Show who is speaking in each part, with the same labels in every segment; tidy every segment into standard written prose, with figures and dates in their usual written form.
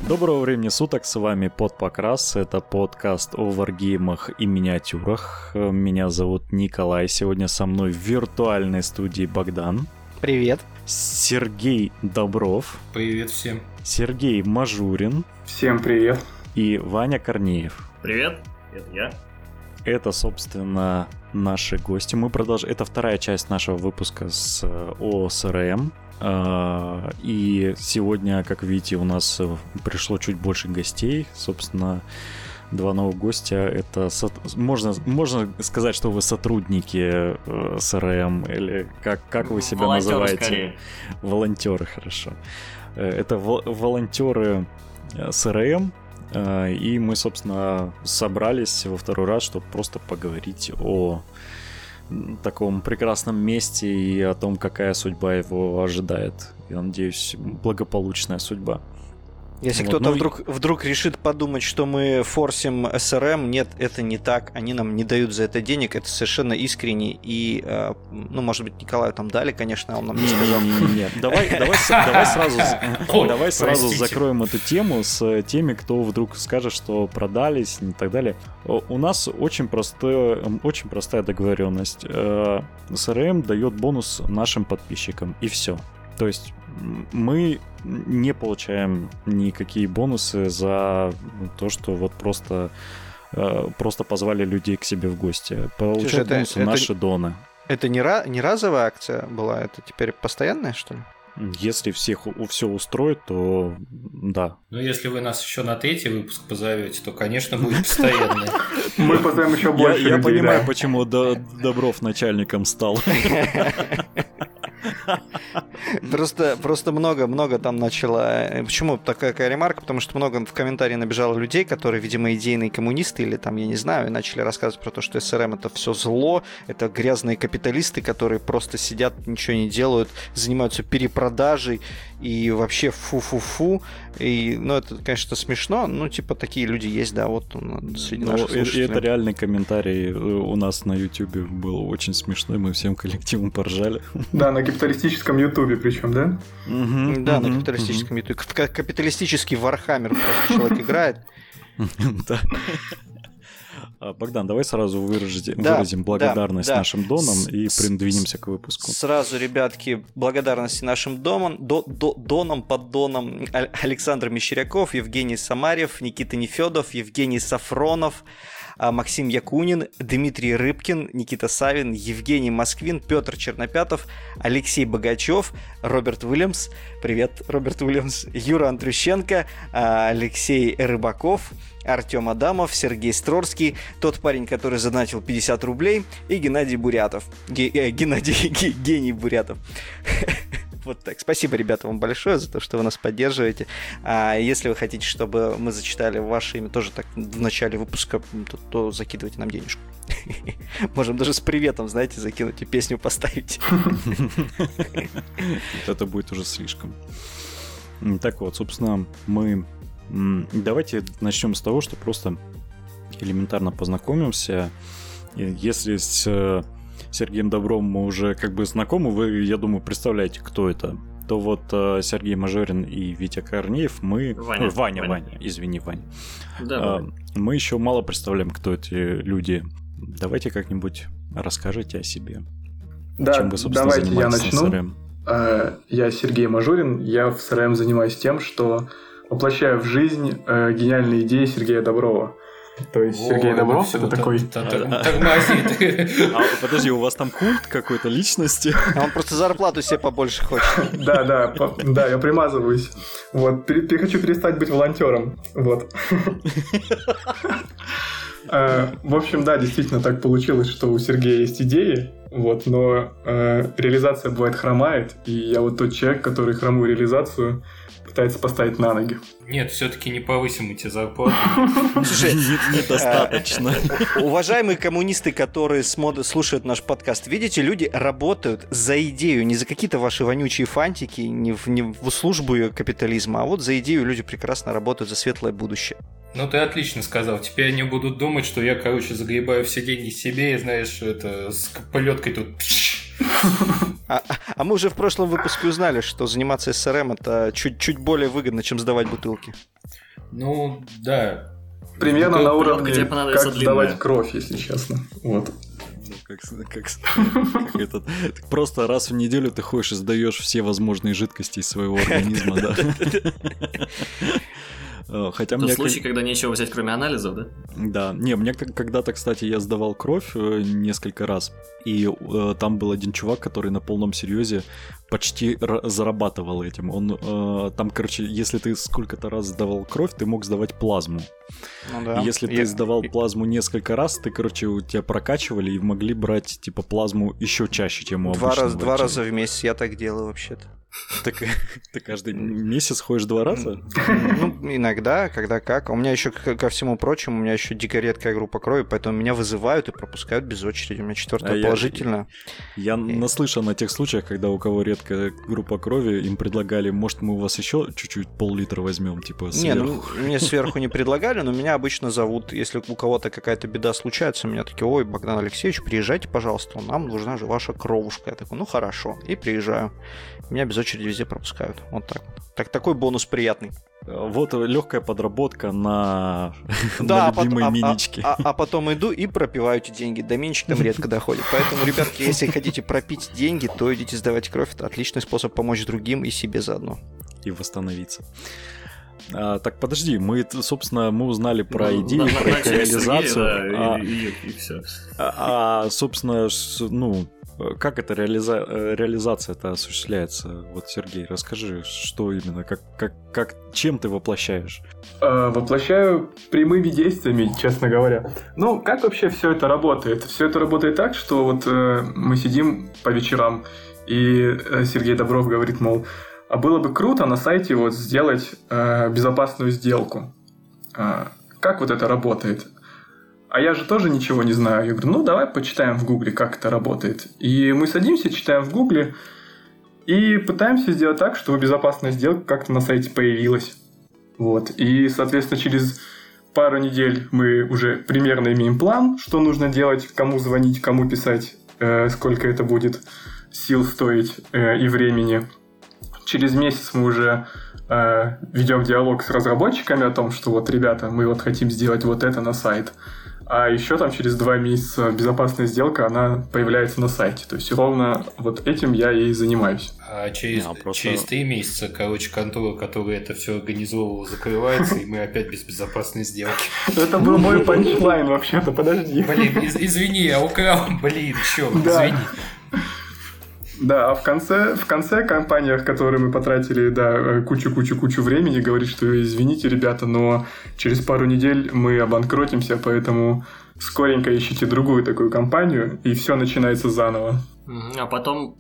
Speaker 1: Доброго времени суток, с вами Подпокрас, это подкаст о варгеймах и миниатюрах. Меня зовут Николай, сегодня со мной в виртуальной студии Богдан.
Speaker 2: Привет.
Speaker 1: Сергей Добров.
Speaker 3: Привет всем.
Speaker 1: Сергей Мажурин.
Speaker 4: Всем привет.
Speaker 1: И Ваня Корнеев.
Speaker 5: Привет, это я.
Speaker 1: Это, собственно, наши гости. Мы продолжаем. Это вторая часть нашего выпуска о СРМ. И сегодня, как видите, у нас пришло чуть больше гостей. Собственно, два новых гостя. Это можно сказать, что вы сотрудники СРМ, или как вы себя
Speaker 5: волонтеры
Speaker 1: называете?
Speaker 5: Скорее.
Speaker 1: Волонтеры, хорошо. Это волонтеры СРМ. И мы, собственно, собрались во второй раз, чтобы просто поговорить о таком прекрасном месте и о том, какая судьба его ожидает. Я надеюсь, благополучная судьба.
Speaker 2: Если
Speaker 1: вот,
Speaker 2: кто-то вдруг решит подумать, что мы форсим СРМ, нет, это не так. Они нам не дают за это денег, это совершенно искренне. И, может быть, Николаю там дали, конечно, он нам не сказал.
Speaker 1: Нет, давай сразу закроем эту тему с теми, кто вдруг скажет, что продались и так далее. У нас очень простая договоренность. СРМ дает бонус нашим подписчикам, и все. То есть мы не получаем никакие бонусы за то, что вот просто позвали людей к себе в гости. Получают бонусы наши доны.
Speaker 2: Это не разовая акция была, это теперь постоянная, что ли?
Speaker 1: Если все устроит, то да.
Speaker 3: Ну, если вы нас еще на третий выпуск позовете, то, конечно, будет постоянный.
Speaker 4: Мы позовем еще больше людей.
Speaker 1: Я понимаю, почему Добров начальником стал.
Speaker 2: Просто много там начало. Почему такая ремарка? Потому что много в комментарии набежало людей, которые, видимо, идейные коммунисты или там, я не знаю, и начали рассказывать про то, что СРМ это все зло, это грязные капиталисты, которые просто сидят, ничего не делают, занимаются перепродажей и вообще фу-фу-фу. И, это, конечно, смешно, такие люди есть, да, вот среди наших слушателей.
Speaker 1: Это реальный комментарий у нас на Ютубе был очень смешной, мы всем коллективом поржали.
Speaker 4: Да, на капиталистическом Ютубе причем, да?
Speaker 2: Да, на капиталистическом Ютубе. Капиталистический Вархаммер просто человек играет.
Speaker 1: Да. Богдан, давай сразу выразим благодарность нашим донам и придвинемся к выпуску.
Speaker 2: Сразу, ребятки, благодарности нашим поддонам. Александр Мещеряков, Евгений Самарев, Никита Нефёдов, Евгений Сафронов, Максим Якунин, Дмитрий Рыбкин, Никита Савин, Евгений Москвин, Петр Чернопятов, Алексей Богачев, Роберт Уильямс, привет, Роберт Уильямс, Юра Андрющенко, Алексей Рыбаков, Артем Адамов, Сергей Строрский, тот парень, который задонатил 50 рублей, и Геннадий Бурятов. Гений Бурятов. Вот так. Спасибо, ребята, вам большое за то, что вы нас поддерживаете. А если вы хотите, чтобы мы зачитали ваше имя тоже так в начале выпуска, то закидывайте нам денежку. Можем даже с приветом, знаете, закинуть и песню поставить.
Speaker 1: Это будет уже слишком. Так вот, собственно, давайте начнем с того, что просто элементарно познакомимся. Если с Сергеем Добровым мы уже как бы знакомы, вы, я думаю, представляете, кто это. То вот Сергей Мажурин и Витя Корнеев, Ваня. Извини, Ваня.
Speaker 5: Да,
Speaker 1: мы еще мало представляем, кто эти люди. Давайте как-нибудь расскажите о себе.
Speaker 4: Да,
Speaker 1: чем вы, собственно,
Speaker 4: давайте я
Speaker 1: занимаетесь
Speaker 4: начну.
Speaker 1: на СРМ.
Speaker 4: Я Сергей Мажурин, я в СРМ занимаюсь тем, что воплощаю в жизнь гениальные идеи Сергея Доброва. То есть Сергей Добров это такой...
Speaker 1: Подожди, у вас там культ какой-то личности?
Speaker 2: Он просто зарплату себе побольше хочет.
Speaker 4: Да, я примазываюсь. Вот, хочу перестать быть волонтером. Вот. В общем, да, действительно так получилось, что у Сергея есть идеи, вот, но реализация бывает хромает, и я вот тот человек, который хромую реализацию пытается поставить на ноги.
Speaker 3: Нет, все-таки не повысим эти зарплаты.
Speaker 1: Недостаточно.
Speaker 2: Уважаемые коммунисты, которые слушают наш подкаст, видите, люди работают за идею, не за какие-то ваши вонючие фантики, не в службу капитализма, а вот за идею люди прекрасно работают за светлое будущее.
Speaker 3: Ну, ты отлично сказал. Теперь они будут думать, что я, загребаю все деньги себе и, знаешь, это с плеткой тут
Speaker 2: А мы уже в прошлом выпуске узнали, что заниматься СРМ это чуть более выгодно, чем сдавать бутылки.
Speaker 3: Ну, да.
Speaker 4: Примерно на уровне,
Speaker 5: где понадобится
Speaker 4: как сдавать
Speaker 5: длинная.
Speaker 4: кровь, если честно. Вот.
Speaker 1: Как этот. Просто раз в неделю ты ходишь и сдаешь все возможные жидкости из своего организма, да. Хотя
Speaker 5: Это случай, когда нечего взять, кроме анализов, да?
Speaker 1: Да, не, мне когда-то, кстати, я сдавал кровь несколько раз, и там был один чувак, который на полном серьезе почти зарабатывал этим. Он там, короче, если ты сколько-то раз сдавал кровь, ты мог сдавать плазму.
Speaker 2: Ну, да.
Speaker 1: И если ты сдавал плазму несколько раз, ты, короче, у тебя прокачивали и могли брать, типа, плазму еще чаще, чем у обычного.
Speaker 2: Два раза в месяц я так делаю вообще-то.
Speaker 1: Так ты каждый месяц ходишь 2 раза?
Speaker 2: Ну, иногда, когда как. У меня еще, ко всему прочему, у меня еще дико редкая группа крови, поэтому меня вызывают и пропускают без очереди. У меня 4-я положительно.
Speaker 1: Я наслышан о тех случаях, когда у кого редкая группа крови, им предлагали, может, мы у вас еще чуть-чуть пол-литра возьмем, типа, сверху.
Speaker 2: Не, ну, мне сверху не предлагали, но меня обычно зовут, если у кого-то какая-то беда случается, меня такие: ой, Богдан Алексеевич, приезжайте, пожалуйста, нам нужна же ваша кровушка. Я такой: ну, хорошо, и приезжаю. Меня без очереди везде пропускают. Вот так вот. Такой бонус приятный.
Speaker 1: Вот легкая подработка на
Speaker 2: Да,
Speaker 1: любимые минички.
Speaker 2: А потом иду и пропиваю эти деньги. До миничек там редко доходит. Поэтому, ребятки, если хотите пропить деньги, то идите сдавать кровь. Это отличный способ помочь другим и себе заодно.
Speaker 1: И восстановиться. Так, подожди, мы, собственно, мы узнали про идеи, про их реализацию.
Speaker 5: И все.
Speaker 1: Собственно, ну, как эта реализация-то осуществляется? Вот, Сергей, расскажи, что именно, чем ты воплощаешь?
Speaker 4: Воплощаю прямыми действиями, честно говоря. Ну, как вообще все это работает? Все это работает так, что вот мы сидим по вечерам, и Сергей Добров говорит, мол, а было бы круто на сайте вот сделать безопасную сделку. Как вот это работает? А я же тоже ничего не знаю. Я говорю, ну давай почитаем в Гугле, как это работает. И мы садимся, читаем в Гугле и пытаемся сделать так, чтобы безопасная сделка как-то на сайте появилась. Вот. И, соответственно, через пару недель мы уже примерно имеем план, что нужно делать, кому звонить, кому писать, сколько это будет сил стоить и времени. Через месяц мы уже ведем диалог с разработчиками о том, что вот, ребята, мы вот хотим сделать вот это на сайт. А еще там через 2 месяца безопасная сделка, она появляется на сайте. То есть ровно вот этим я и занимаюсь.
Speaker 3: А через 3 месяца, короче, контора, которая это все организовывала, закрывается, и мы опять без безопасной сделки.
Speaker 4: Это был мой панчлайн вообще-то, подожди.
Speaker 3: Блин, извини, я украл, блин, чё, извини.
Speaker 4: Да, а в конце компания, в которой мы потратили, да, кучу времени, говорит, что извините, ребята, но через пару недель мы обанкротимся, поэтому скоренько ищите другую такую компанию, и все начинается заново.
Speaker 5: А потом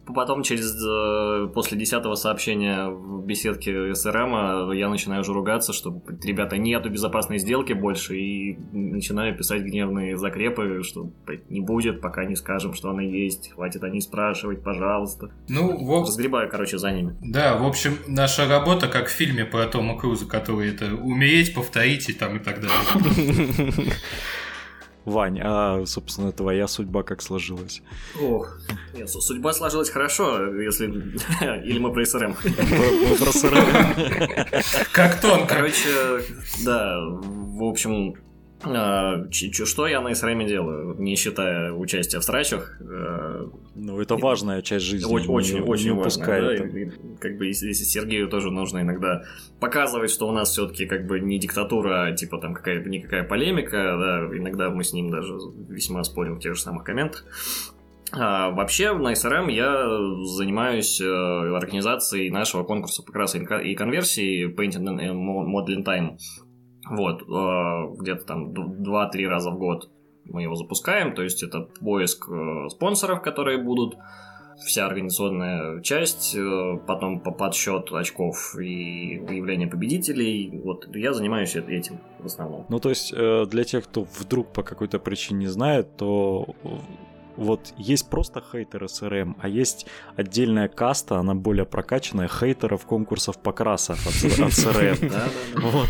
Speaker 5: после 10-го сообщения в беседке СРМ я начинаю уже ругаться, что, ребята, нету безопасной сделки больше, и начинаю писать гневные закрепы, что не будет, пока не скажем, что она есть, хватит о ней спрашивать, пожалуйста.
Speaker 3: Ну,
Speaker 5: разгребаю, короче, за ними.
Speaker 3: Да, в общем, наша работа, как в фильме про Тома Круза, который это умереть, повторить и там и так далее.
Speaker 1: Вань, а, собственно, твоя судьба как сложилась?
Speaker 5: Ох, нет, судьба сложилась хорошо, если... Или мы про СРМ.
Speaker 1: Мы про СРМ.
Speaker 3: Как тонко.
Speaker 5: Короче, да, в общем... Что я на СРМ делаю, не считая участия в срачах?
Speaker 1: Ну, это важная часть жизни.
Speaker 5: Очень
Speaker 1: важная,
Speaker 5: да? И, как бы, если Сергею тоже нужно иногда показывать, что у нас все-таки как бы не диктатура, а типа там никакая полемика, да, иногда мы с ним даже весьма спорим в тех же самых комментах. Вообще на SRM я занимаюсь организацией нашего конкурса покраса и конверсии Painting and Modeling Time. Вот, где-то там 2-3 раза в год мы его запускаем, то есть это поиск спонсоров, которые будут, вся организационная часть, потом подсчет очков и выявление победителей. Вот я занимаюсь этим в основном.
Speaker 1: Ну, то есть для тех, кто вдруг по какой-то причине не знает, то вот есть просто хейтеры СРМ, а есть отдельная каста, она более прокачанная, хейтеров конкурсов покрасов от СРМ. Вот.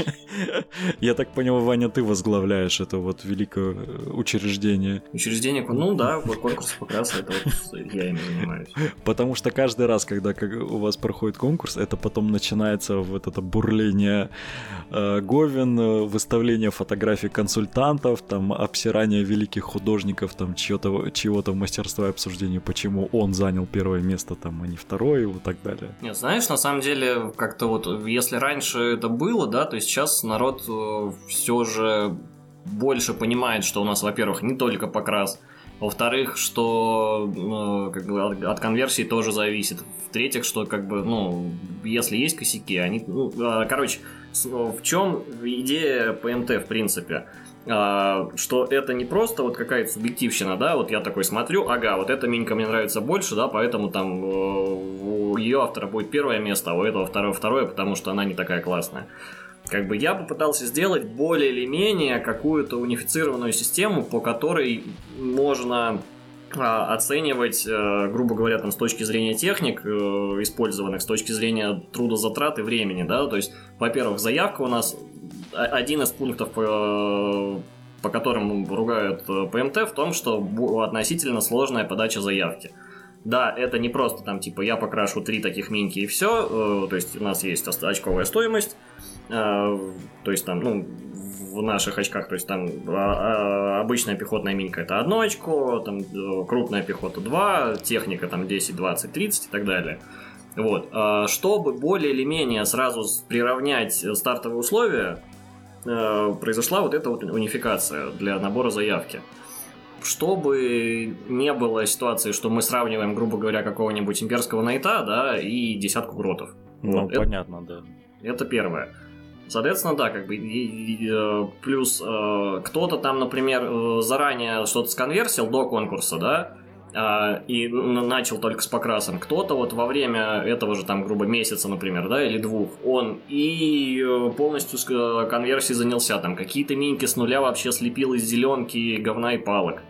Speaker 1: Я так понял, Ваня, ты возглавляешь это вот великое учреждение.
Speaker 5: Учреждение, ну да, конкурс покраса, это вот я ими занимаюсь.
Speaker 1: Потому что каждый раз, когда у вас проходит конкурс, это потом начинается вот это бурление говен, выставление фотографий консультантов, там обсирание великих художников, там чего-то мастерства и обсуждение, почему он занял первое место, там, а не второе, и вот так далее.
Speaker 5: Нет, знаешь, на самом деле, как-то вот, если раньше это было, да, то сейчас народ все же больше понимает, что у нас, во-первых, не только покрас, во-вторых, что как бы от конверсии тоже зависит. В-третьих, что как бы, ну, если есть косяки, они... короче, в чем идея ПМТ, в принципе? Что это не просто вот какая-то субъективщина, да, вот я такой смотрю, ага, вот эта минька мне нравится больше, да, поэтому там у ее автора будет первое место, а у этого второе, потому что она не такая классная. Как бы я попытался сделать более или менее какую-то унифицированную систему, по которой можно оценивать, грубо говоря, там, с точки зрения техник использованных, с точки зрения трудозатрат и времени, да, то есть, во-первых, заявка у нас, один из пунктов, по которым ругают ПМТ, в том, что относительно сложная подача заявки. Да, это не просто там, типа, я покрашу 3 таких миньки и все, то есть, у нас есть очковая стоимость, то есть, там, ну, в наших очках, то есть там обычная пехотная минька это 1 очко, там крупная пехота 2, техника там 10, 20, 30 и так далее. Вот. Чтобы более или менее сразу приравнять стартовые условия, произошла вот эта вот унификация для набора заявки. Чтобы не было ситуации, что мы сравниваем, грубо говоря, какого-нибудь имперского найта, да, и десятку гротов.
Speaker 1: Ну,
Speaker 5: вот.
Speaker 1: понятно, да.
Speaker 5: Это первое. Соответственно, да, как бы плюс кто-то там, например, заранее что-то сконверсил до конкурса, да, и начал только с покрасом. Кто-то вот во время этого же там, грубо, месяца, например, да, или 2, он и полностью с конверсией занялся. Там какие-то миньки с нуля вообще слепил из зеленки, говна и палок.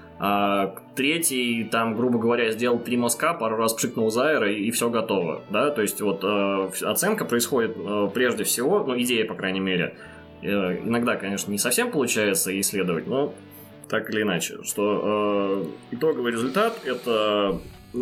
Speaker 5: Третий, там, грубо говоря, сделал 3 мазка, пару раз пшикнул за аэро, и все готово, да, то есть вот оценка происходит прежде всего, ну, идея, по крайней мере, иногда, конечно, не совсем получается исследовать, но так или иначе, что итоговый результат это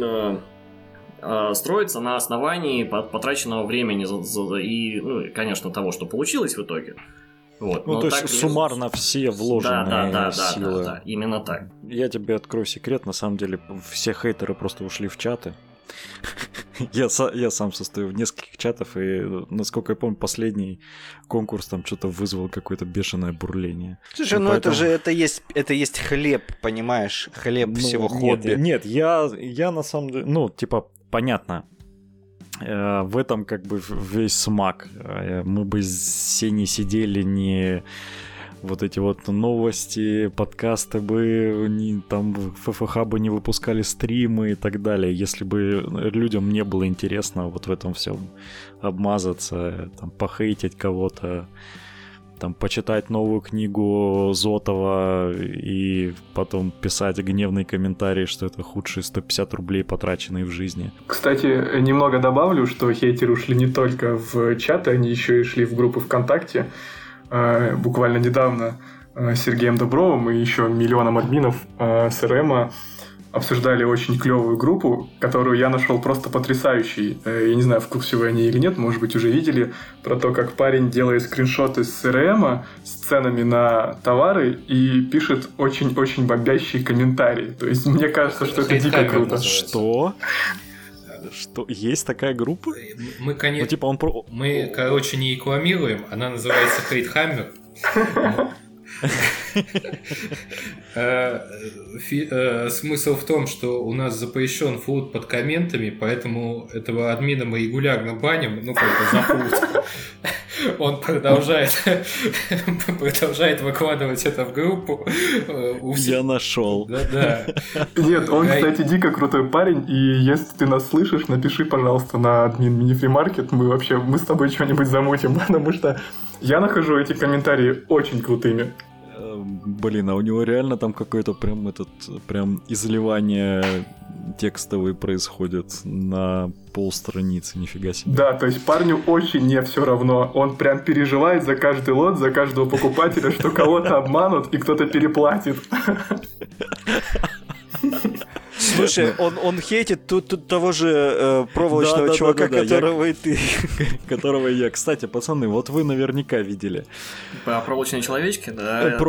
Speaker 5: строится на основании потраченного времени и, ну, конечно, того, что получилось в итоге. Вот,
Speaker 1: ну, то есть суммарно все вложенные силы.
Speaker 5: Да, именно так.
Speaker 1: Я тебе открою секрет, на самом деле все хейтеры просто ушли в чаты. Я сам состою в нескольких чатах, и, насколько я помню, последний конкурс там что-то вызвал какое-то бешеное бурление.
Speaker 2: Слушай, ну поэтому... это есть хлеб, понимаешь? Хлеб всего хобби.
Speaker 1: Нет, я на самом деле, ну, типа, понятно. В этом как бы весь смак. Мы бы все не сидели, не вот эти вот новости, подкасты бы, там ФФХ бы не выпускали стримы и так далее, если бы людям не было интересно вот в этом всем обмазаться, там, похейтить кого-то, там, почитать новую книгу Зотова и потом писать гневный комментарий, что это худшие 150 рублей, потраченные в жизни.
Speaker 4: Кстати, немного добавлю, что хейтеры ушли не только в чаты, они еще и шли в группы ВКонтакте. Буквально недавно с Сергеем Добровым и еще миллионом админов СРМа обсуждали очень клевую группу, которую я нашел просто потрясающей. Я не знаю, в курсе вы они или нет, может быть, уже видели, про то, как парень делает скриншоты с CRM с ценами на товары и пишет очень-очень бомбящие комментарии. То есть мне кажется, что это дико круто.
Speaker 1: Что? Что? Есть такая группа?
Speaker 3: Мы, конечно,
Speaker 1: ну, типа
Speaker 3: мы, короче, не рекламируем, она называется Хейтхаммер. Смысл в том, что у нас запрещен флут под комментами, поэтому этого админа мы регулярно баним, ну, как бы за флут. Он продолжает выкладывать это в группу.
Speaker 1: Я нашел.
Speaker 3: Да.
Speaker 4: Нет, он, кстати, дико крутой парень, и если ты нас слышишь, напиши, пожалуйста, на админ Mini-Free-Market, мы с тобой что-нибудь замутим, потому что я нахожу эти комментарии очень крутыми.
Speaker 1: Блин, а у него реально там какое-то прям изливание текстовое происходит на полстраницы, нифига себе.
Speaker 4: Да, то есть парню очень не все равно. Он прям переживает за каждый лот, за каждого покупателя, что кого-то обманут и кто-то переплатит.
Speaker 2: Слушай, он хейтит тут того же проволочного чувака, которого и ты.
Speaker 1: Которого я. Кстати, пацаны, вот вы наверняка видели.
Speaker 5: Про проволочные человечки? Да.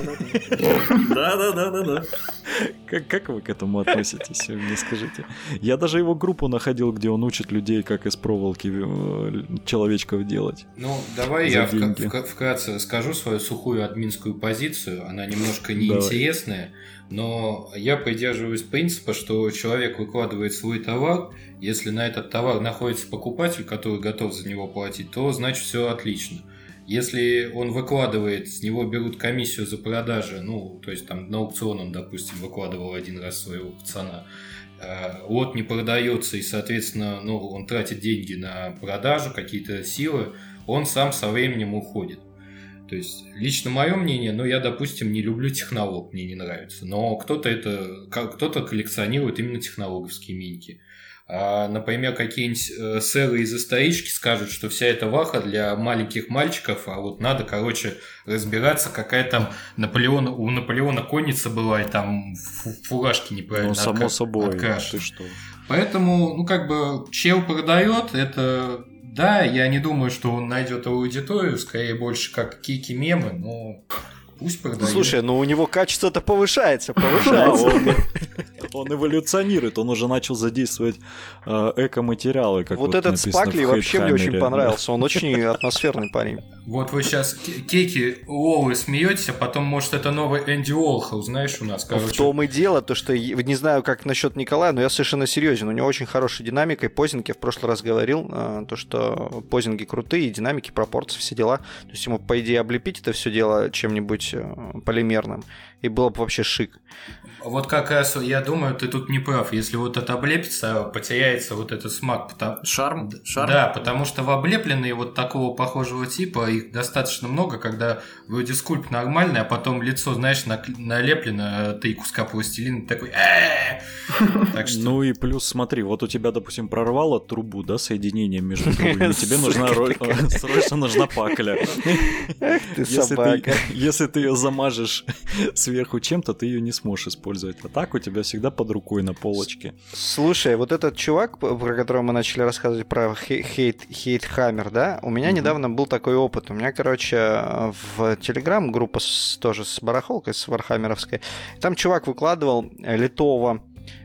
Speaker 5: Да.
Speaker 1: Как вы к этому относитесь, мне скажите? Я даже его группу находил, где он учит людей, как из проволоки человечков делать.
Speaker 3: Ну, давай я вкратце скажу свою сухую админскую позицию. Она немножко неинтересная, но я придерживаюсь принципа, что человек выкладывает свой товар. Если на этот товар находится покупатель, который готов за него платить, то значит все отлично. Если он выкладывает, с него берут комиссию за продажи, ну, то есть там на аукцион он, допустим, выкладывал один раз своего пацана, лот не продается и, соответственно, ну, он тратит деньги на продажу, какие-то силы, он сам со временем уходит. То есть, лично мое мнение, ну, я, допустим, не люблю технолог, мне не нравится, но кто-то коллекционирует именно технологовские миньки. Например, какие-нибудь сэры из исторички скажут, что вся эта ваха для маленьких мальчиков, а вот надо, короче, разбираться, какая там у Наполеона конница была, и там фуражки неправильно
Speaker 1: окрашены. Ну, само собой,
Speaker 3: ты что. Поэтому, ну, как бы, чел продает, это... Да, я не думаю, что он найдет аудиторию, скорее больше как кики-мемы, но... Пусть продает.
Speaker 2: Слушай, ну у него качество-то повышается.
Speaker 1: Он эволюционирует, он уже начал задействовать эко-материалы.
Speaker 2: Вот этот Спакли вообще мне очень понравился, он очень атмосферный парень.
Speaker 3: Вот вы сейчас кейки Лолы смеетесь, а потом, может, это новый Энди Уорхол, знаешь, у нас, короче.
Speaker 2: В том и дело, то, что не знаю, как насчет Николая, но я совершенно серьезен. У него очень хорошая динамика, и позинги, я в прошлый раз говорил, то, что позинги крутые, динамики, пропорции, все дела. То есть ему, по идее, облепить это все дело чем-нибудь полимерным, и было бы вообще шик.
Speaker 3: Вот как раз я думаю, ты тут не прав. Если вот это облепится, потеряется вот этот смак.
Speaker 5: Шарм?
Speaker 3: Да, потому что в облепленные вот такого похожего типа их достаточно много, когда вроде скульпт нормальный, а потом лицо, знаешь, налеплено 3 куска пластилина, такой...
Speaker 1: Ну и плюс смотри, вот у тебя, допустим, прорвало трубу, да, соединение между трубами, тебе срочно нужна пакля.
Speaker 2: Эх ты, собака.
Speaker 1: Если ты ее замажешь сверху чем-то, ты ее не сможешь использовать. А так у тебя всегда под рукой на полочке.
Speaker 2: Слушай, вот этот чувак, про которого мы начали рассказывать, про Хейтхаммер, да, у меня недавно был такой опыт. У меня, короче, в Телеграм группа тоже с барахолкой, с вархаммеровской, там чувак выкладывал литого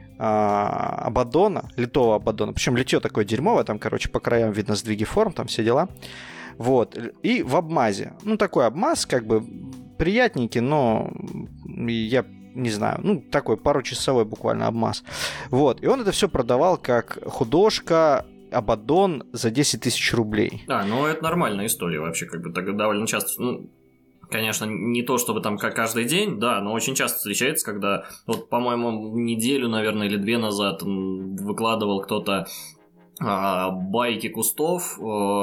Speaker 2: Абаддона, причем литье такое дерьмовое, там, короче, по краям видно сдвиги форм, там все дела. Вот, и в обмазе. Ну, такой обмаз, как бы приятненький, но я не знаю, ну, такой паручасовой буквально обмаз. Вот, и он это все продавал как художка, Абаддон за 10 тысяч рублей.
Speaker 5: Ну, это нормальная история вообще, как бы так довольно часто, ну, конечно, не то чтобы там как каждый день, да, но очень часто встречается, когда, вот, по-моему, неделю, наверное, или 2 назад выкладывал кто-то байки кустов,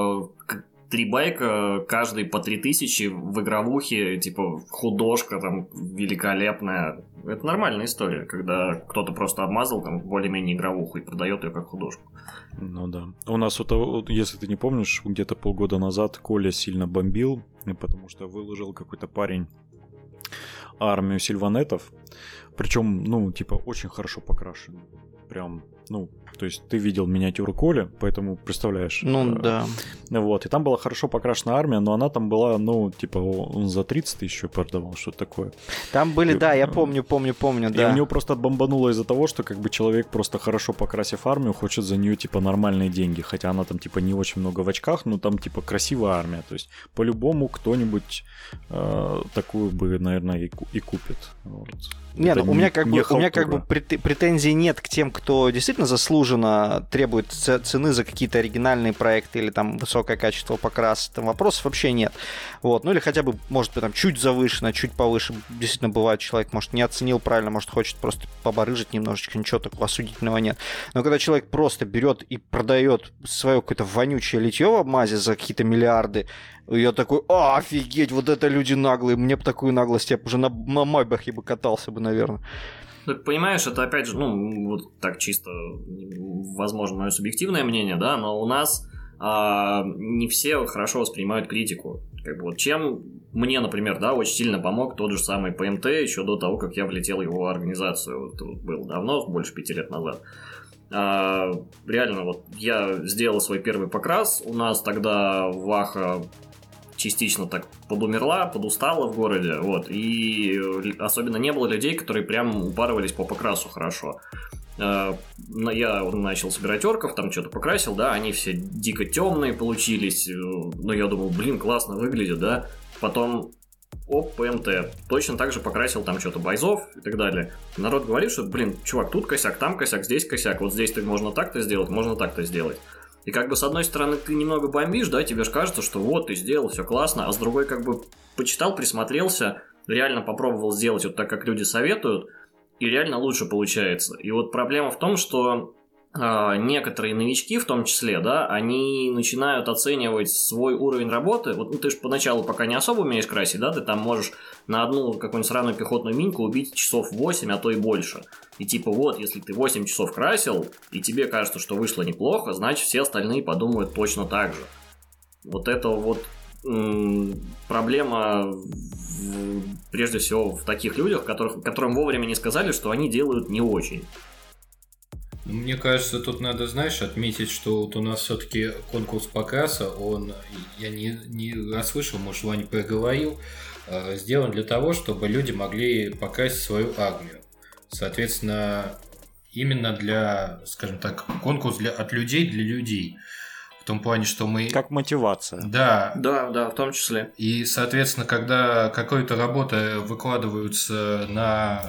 Speaker 5: 3 байка, каждый по 3000 в игровухе, типа художка там великолепная. Это нормальная история, когда кто-то просто обмазал там более-менее игровуху и продает ее как художку.
Speaker 1: Ну да. У нас, вот, если ты не помнишь, где-то полгода назад Коля сильно бомбил, потому что выложил какой-то парень армию сильванетов, причем, ну, типа, очень хорошо покрашен. Прям, ну, то есть ты видел миниатюру Коли, поэтому представляешь.
Speaker 2: Ну, да.
Speaker 1: Вот, и там была хорошо покрашена армия, но она там была, ну, типа, он за 30 тысяч продавал, что-то такое.
Speaker 2: Там были, да, я помню, да.
Speaker 1: И у него просто бомбануло из-за того, что, как бы, человек, просто хорошо покрасив армию, хочет за нее, типа, нормальные деньги, хотя она там, типа, не очень много в очках, но там, типа, красивая армия, то есть, по-любому кто-нибудь такую бы, наверное, и купит, вот.
Speaker 2: Нет, у меня как бы претензий нет к тем, кто действительно заслуженно требует цены за какие-то оригинальные проекты или там высокое качество покраса. Там вопросов вообще нет. Вот. Ну или хотя бы, может быть, там чуть завышено, чуть повыше. Действительно, бывает, человек, может, не оценил правильно, может, хочет просто побарыжить немножечко, ничего такого осудительного нет. Но когда человек просто берет и продает свое какое-то вонючее литье в обмазе за какие-то миллиарды, я такой: офигеть, вот это люди наглые, мне бы такую наглость, я бы уже на Майбахе бы катался бы, наверное.
Speaker 5: Ну, понимаешь, это опять же, вот так чисто, возможно, мое субъективное мнение, да, но у нас не все хорошо воспринимают критику. Как бы вот чем мне, например, да, очень сильно помог тот же самый ПМТ еще до того, как я влетел в его организацию. Это было давно, больше 5 лет назад. Реально, вот я сделал свой первый покрас, у нас тогда Ваха частично так подустала в городе, вот, и особенно не было людей, которые прям упарывались по покрасу хорошо. Я начал собирать орков, там что-то покрасил, да, они все дико темные получились, но я думал, классно выглядит, да, потом ПМТ, точно так же покрасил там что-то бойзов и так далее. Народ говорит, что, чувак, тут косяк, там косяк, здесь косяк, вот здесь можно так-то сделать, можно так-то сделать. И как бы с одной стороны ты немного бомбишь, да, тебе же кажется, что вот ты сделал, все классно, а с другой как бы почитал, присмотрелся, реально попробовал сделать вот так, как люди советуют, и реально лучше получается. И вот проблема в том, что некоторые новички, в том числе, да, они начинают оценивать свой уровень работы. Вот ты же поначалу пока не особо умеешь красить, да, ты там можешь на одну какую-нибудь сраную пехотную миньку убить часов 8, а то и больше. И типа вот, если ты 8 часов красил, и тебе кажется, что вышло неплохо, значит все остальные подумают точно так же. Вот это вот проблема прежде всего в таких людях, которым вовремя не сказали, что они делают не очень.
Speaker 3: Мне кажется, тут надо, знаешь, отметить, что вот у нас все-таки конкурс покраса, я не расслышал, может, Ваня проговорил, сделан для того, чтобы люди могли покрасить свою армию. Соответственно, именно для, скажем так, конкурс от людей для людей. В том плане, что мы...
Speaker 1: Как мотивация.
Speaker 3: Да.
Speaker 5: Да, в том числе.
Speaker 3: И, соответственно, когда какая-то работа выкладывается на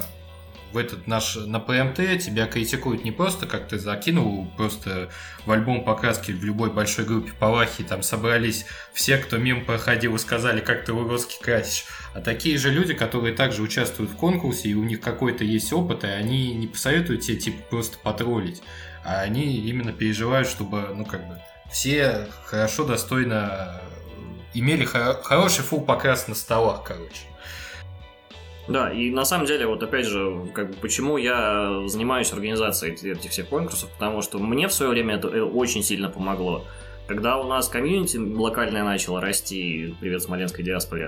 Speaker 3: ПМТ, тебя критикуют не просто, как ты закинул просто в альбом покраски в любой большой группе Палахи, там собрались все, кто мимо проходил, и сказали, как ты уродски красишь. А такие же люди, которые также участвуют в конкурсе, и у них какой-то есть опыт, и они не посоветуют тебе типа просто потроллить, а они именно переживают, чтобы, все хорошо, достойно имели хороший фул покрас на столах, короче.
Speaker 5: Да, и на самом деле, вот опять же, почему я занимаюсь организацией этих всех конкурсов, потому что мне в свое время это очень сильно помогло. Когда у нас комьюнити локальное начало расти, привет смоленской диаспоре,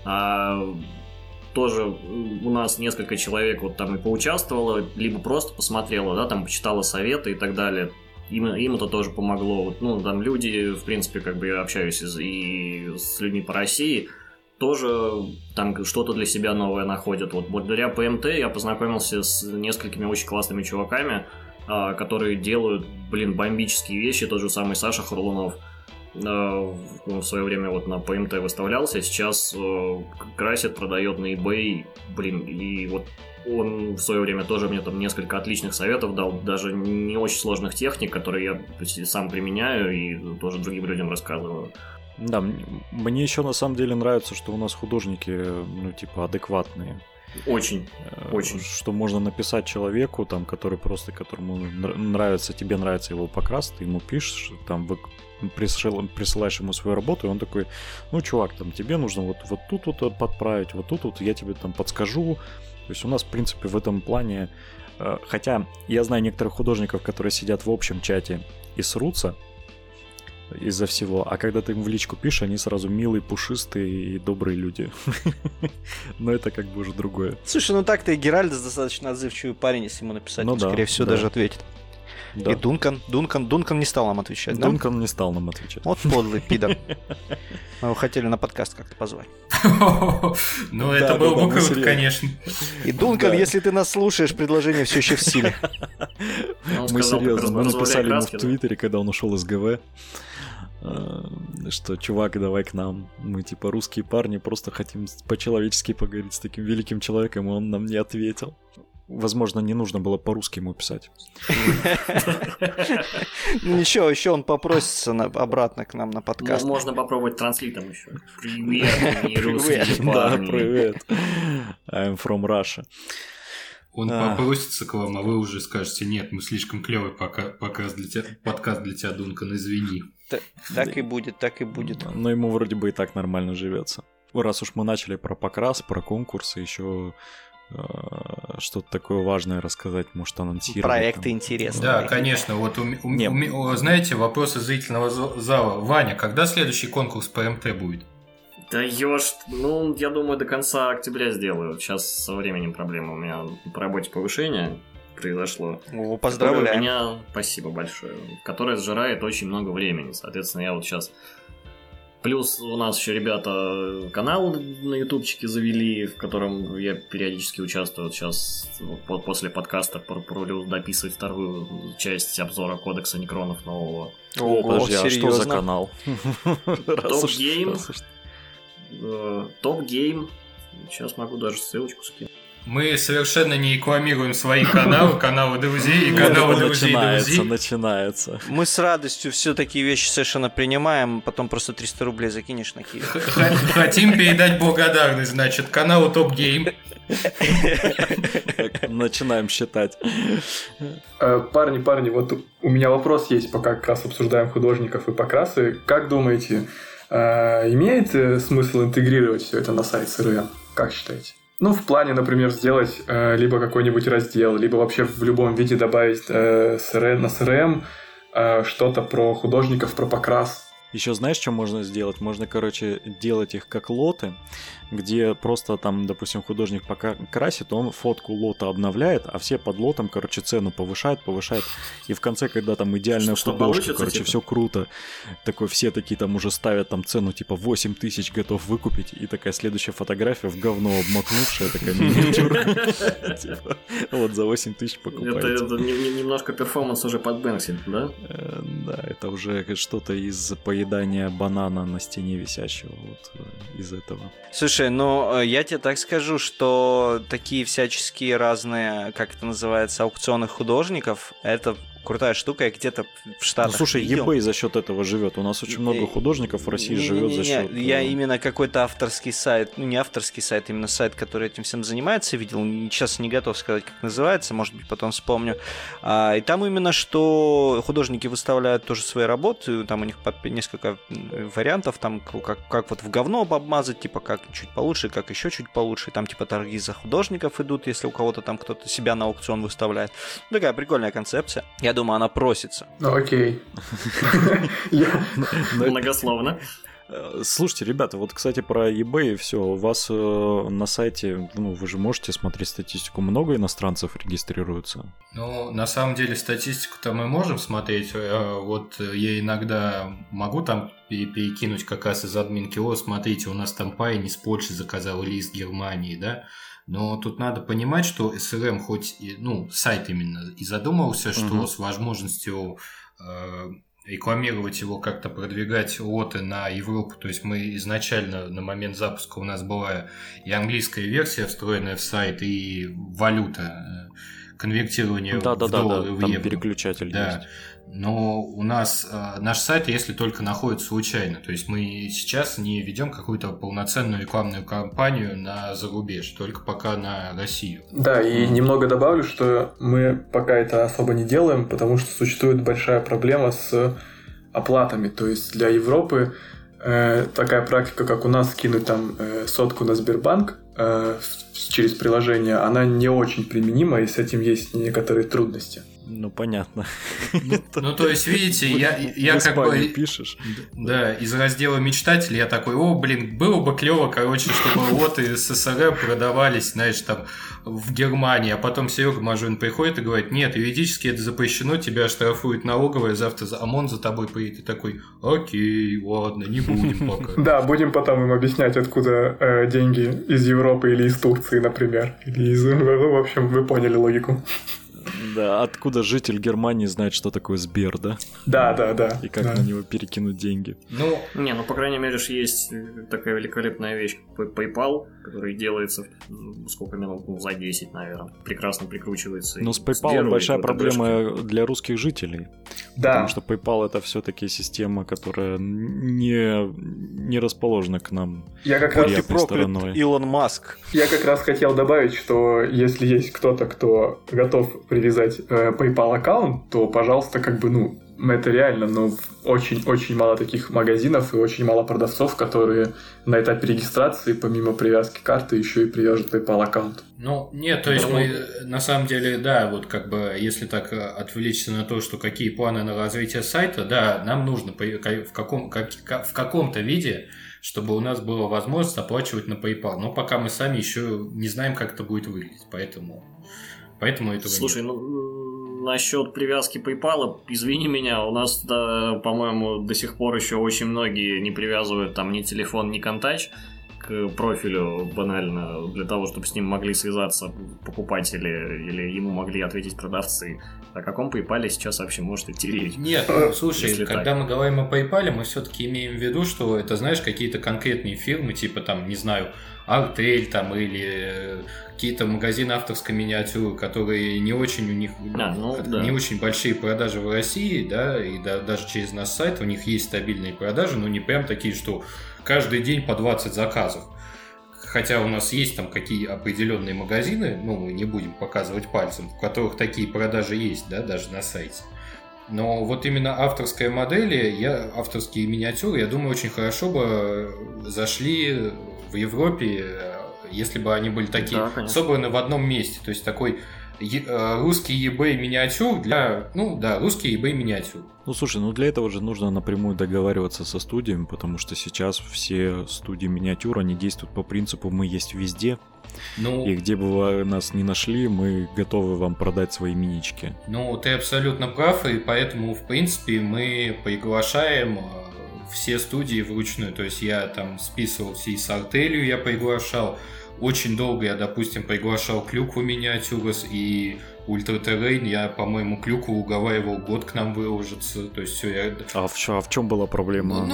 Speaker 5: тоже у нас несколько человек вот там и поучаствовало, либо просто посмотрело, да, там почитало советы и так далее. Им это тоже помогло. Там люди, в принципе, я общаюсь и с людьми по России, тоже там что-то для себя новое находят. Вот благодаря ПМТ я познакомился с несколькими очень классными чуваками, которые делают, бомбические вещи. Тот же самый Саша Харлунов в свое время вот на ПМТ выставлялся, сейчас красит, продает на eBay, и вот он в свое время тоже мне там несколько отличных советов дал, даже не очень сложных техник, которые я сам применяю и тоже другим людям рассказываю.
Speaker 1: Да, мне еще на самом деле нравится, что у нас художники, адекватные.
Speaker 5: Очень.
Speaker 1: Что можно написать человеку, которому нравится, тебе нравится его покрас, ты ему пишешь, присылаешь ему свою работу, и он такой, чувак, тебе нужно вот тут вот подправить, вот тут вот я тебе подскажу. То есть у нас, в принципе, в этом плане, хотя я знаю некоторых художников, которые сидят в общем чате и срутся из-за всего, а когда ты им в личку пишешь, они сразу милые, пушистые и добрые люди. Но это уже другое.
Speaker 2: Слушай, так-то и Геральдес достаточно отзывчивый парень, если ему написать, он, скорее всего, даже ответит. Да. И Дункан не стал нам отвечать, да?
Speaker 1: Дункан не стал нам отвечать.
Speaker 2: Вот подлый пидор. Мы его хотели на подкаст как-то позвать.
Speaker 3: Это было бы круто, конечно.
Speaker 2: И Дункан, если ты нас слушаешь, предложение все еще в силе.
Speaker 1: Мы серьезно, мы написали ему в Твиттере, когда он ушел из ГВ. что, чувак, давай к нам. Мы, типа, русские парни, просто хотим по-человечески поговорить с таким великим человеком, и он нам не ответил. Возможно, не нужно было по-русски ему писать.
Speaker 2: Ничего, еще он попросится обратно к нам на подкаст.
Speaker 5: Можно попробовать транслитом еще. Привет, не русские парни.
Speaker 1: Да, привет. I'm from Russia.
Speaker 3: Он попросится к вам, а вы уже скажете: нет, мы слишком клевый подкаст для тебя, Дункан, извини.
Speaker 2: Так и будет, так и будет.
Speaker 1: Но ему вроде бы и так нормально живется. Раз уж мы начали про покрас, про конкурсы, еще что-то такое важное рассказать, может, анонсировать.
Speaker 2: Проекты интересные.
Speaker 3: Да, конечно. Вот знаете, вопросы зрительного зала. Ваня, когда следующий конкурс по МТ будет?
Speaker 5: Да ёшт, я думаю, до конца октября сделаю. Сейчас со временем проблема. У меня по работе повышение произошло.
Speaker 2: Поздравляем.
Speaker 5: Спасибо большое. Которое сжирает очень много времени. Соответственно, я вот сейчас... Плюс у нас еще ребята канал на ютубчике завели, в котором я периодически участвую. Сейчас после подкаста порулю дописывать вторую часть обзора Кодекса Некронов нового.
Speaker 1: Подожди, а что за канал?
Speaker 5: Топ-гейм. Топ-гейм. Сейчас могу даже ссылочку скинуть.
Speaker 3: Мы совершенно не рекламируем свои каналы друзей и каналы друзей.
Speaker 1: Начинается.
Speaker 2: Мы с радостью все такие вещи совершенно принимаем, потом просто 300 рублей закинешь на Киев.
Speaker 3: Хотим передать благодарность, значит, каналу Топ Гейм.
Speaker 1: Начинаем считать.
Speaker 4: Парни, вот у меня вопрос есть, пока как раз обсуждаем художников и покрасы. Как думаете, имеет смысл интегрировать все это на сайт СРМ? Как считаете? В плане, например, сделать либо какой-нибудь раздел, либо вообще в любом виде добавить на СРМ что-то про художников, про покрас.
Speaker 1: Еще знаешь, что можно сделать? Можно, делать их как лоты, где просто там, допустим, художник пока красит, он фотку лота обновляет, а все под лотом, цену повышает. И в конце, когда там идеальная художка, все круто. Все такие там уже ставят там цену, типа 8 тысяч готов выкупить. И такая следующая фотография в говно обмакнувшая, такая миниатюра. Вот за 8 тысяч покупаете.
Speaker 5: Это немножко перформанс уже под Бэнкси, да?
Speaker 1: Да, это уже что-то из поедания банана на стене висящего, вот из этого.
Speaker 2: Слушай, я тебе так скажу, что такие всяческие разные, как это называется, аукционы художников, это крутая штука, я где-то в Штатах
Speaker 1: слушай,
Speaker 2: видел.
Speaker 1: eBay за счет этого живет. У нас очень много художников в России живет за счет.
Speaker 2: Я именно какой-то авторский сайт, не авторский сайт, именно сайт, который этим всем занимается, видел. Сейчас не готов сказать, как называется, может быть, потом вспомню. И там именно, что художники выставляют тоже свои работы, там у них несколько вариантов, там как вот в говно обмазать, типа как чуть получше, как еще чуть получше. Там типа торги за художников идут, если у кого-то там кто-то себя на аукцион выставляет. Такая прикольная концепция. Я думаю, она просится.
Speaker 4: Окей.
Speaker 5: Многословно.
Speaker 1: Слушайте, ребята, вот, кстати, про eBay и все. У вас на сайте, вы же можете смотреть статистику, много иностранцев регистрируются?
Speaker 3: На самом деле, статистику-то мы можем смотреть. Вот я иногда могу там перекинуть как раз из админки: смотрите, у нас там парень из Польши заказал или из Германии, да? Но тут надо понимать, что СРМ хоть, сайт именно, и задумывался, что с возможностью рекламировать его, как-то продвигать лоты на Европу. То есть мы изначально на момент запуска у нас была и английская версия, встроенная в сайт, и валюта, конвертирование в доллары, в евро.
Speaker 1: Там переключатель есть.
Speaker 3: Но у нас наш сайт, если только находится случайно. То есть мы сейчас не ведем какую-то полноценную рекламную кампанию на зарубеж, только пока на Россию.
Speaker 4: Да, и немного добавлю, что мы пока это особо не делаем, потому что существует большая проблема с оплатами. То есть для Европы такая практика, как у нас, кинуть там 100 на Сбербанк через приложение, она не очень применима, и с этим есть некоторые трудности.
Speaker 1: Понятно.
Speaker 3: То есть, видите, я как бы...
Speaker 1: пишешь.
Speaker 3: Да, из раздела мечтателей я такой: было бы клево, чтобы лоты с СРМ продавались, знаешь, там, в Германии, а потом Серега Мажун приходит и говорит: нет, юридически это запрещено, тебя штрафует налоговая, завтра ОМОН за тобой приедет. И такой: окей, ладно, не будем пока.
Speaker 4: Да, будем потом им объяснять, откуда деньги из Европы или из Турции, например. Или из... В общем, вы поняли логику.
Speaker 1: Да, откуда житель Германии знает, что такое Сбер, да?
Speaker 4: Да.
Speaker 1: И как на него перекинуть деньги.
Speaker 5: Ну, по крайней мере, же есть такая великолепная вещь, PayPal, который делается, сколько минут, за 10, наверное. Прекрасно прикручивается.
Speaker 1: Но с PayPal большая проблема для русских жителей.
Speaker 4: Да.
Speaker 1: Потому что PayPal это все-таки система, которая не расположена к нам.
Speaker 4: Я как раз
Speaker 2: проклят Илон Маск.
Speaker 4: Я как раз хотел добавить, что если есть кто-то, кто готов привязать PayPal аккаунт, то, пожалуйста, это реально, но очень-очень мало таких магазинов и очень мало продавцов, которые на этапе регистрации, помимо привязки карты, еще и привяжут PayPal аккаунт.
Speaker 3: Ну, нет, то есть мы, на самом деле, да, вот если так отвлечься на то, что какие планы на развитие сайта, да, нам нужно в каком-то виде, чтобы у нас была возможность оплачивать на PayPal. Но пока мы сами еще не знаем, как это будет выглядеть, поэтому этого
Speaker 5: Слушай,
Speaker 3: нет.
Speaker 5: Насчет привязки PayPal, извини меня, у нас, по-моему, до сих пор еще очень многие не привязывают там ни телефон, ни контач к профилю банально, для того, чтобы с ним могли связаться покупатели или ему могли ответить продавцы. О каком PayPal сейчас вообще может идти речь?
Speaker 3: Нет, слушай, когда мы говорим о PayPal, мы все-таки имеем в виду, что это, знаешь, какие-то конкретные фирмы, типа там, не знаю, Артель там или какие-то магазины авторской миниатюры, которые не очень у них не очень большие продажи в России, да, и даже через наш сайт у них есть стабильные продажи, но не прям такие, что каждый день по 20 заказов. Хотя у нас есть там какие определенные магазины, мы не будем показывать пальцем, в которых такие продажи есть, да, даже на сайте. Но вот именно авторская модель, авторские миниатюры, я думаю, очень хорошо бы зашли в Европе, если бы они были такие, собраны в одном месте. То есть такой русский eBay миниатюр русский eBay миниатюр.
Speaker 1: Ну, слушай, для этого же нужно напрямую договариваться со студиями, потому что сейчас все студии миниатюр, они действуют по принципу «мы есть везде». И где бы вы нас ни нашли, мы готовы вам продать свои минички.
Speaker 3: Ты абсолютно прав, и поэтому, в принципе, мы приглашаем все студии вручную. То есть я там списывал все с Артелью, я приглашал. Очень долго я, допустим, приглашал Клюкву Миниатюрас и Ультра Террейн. Я, по-моему, Клюкву уговаривал год к нам выложиться. То есть все.
Speaker 1: А в чем была проблема?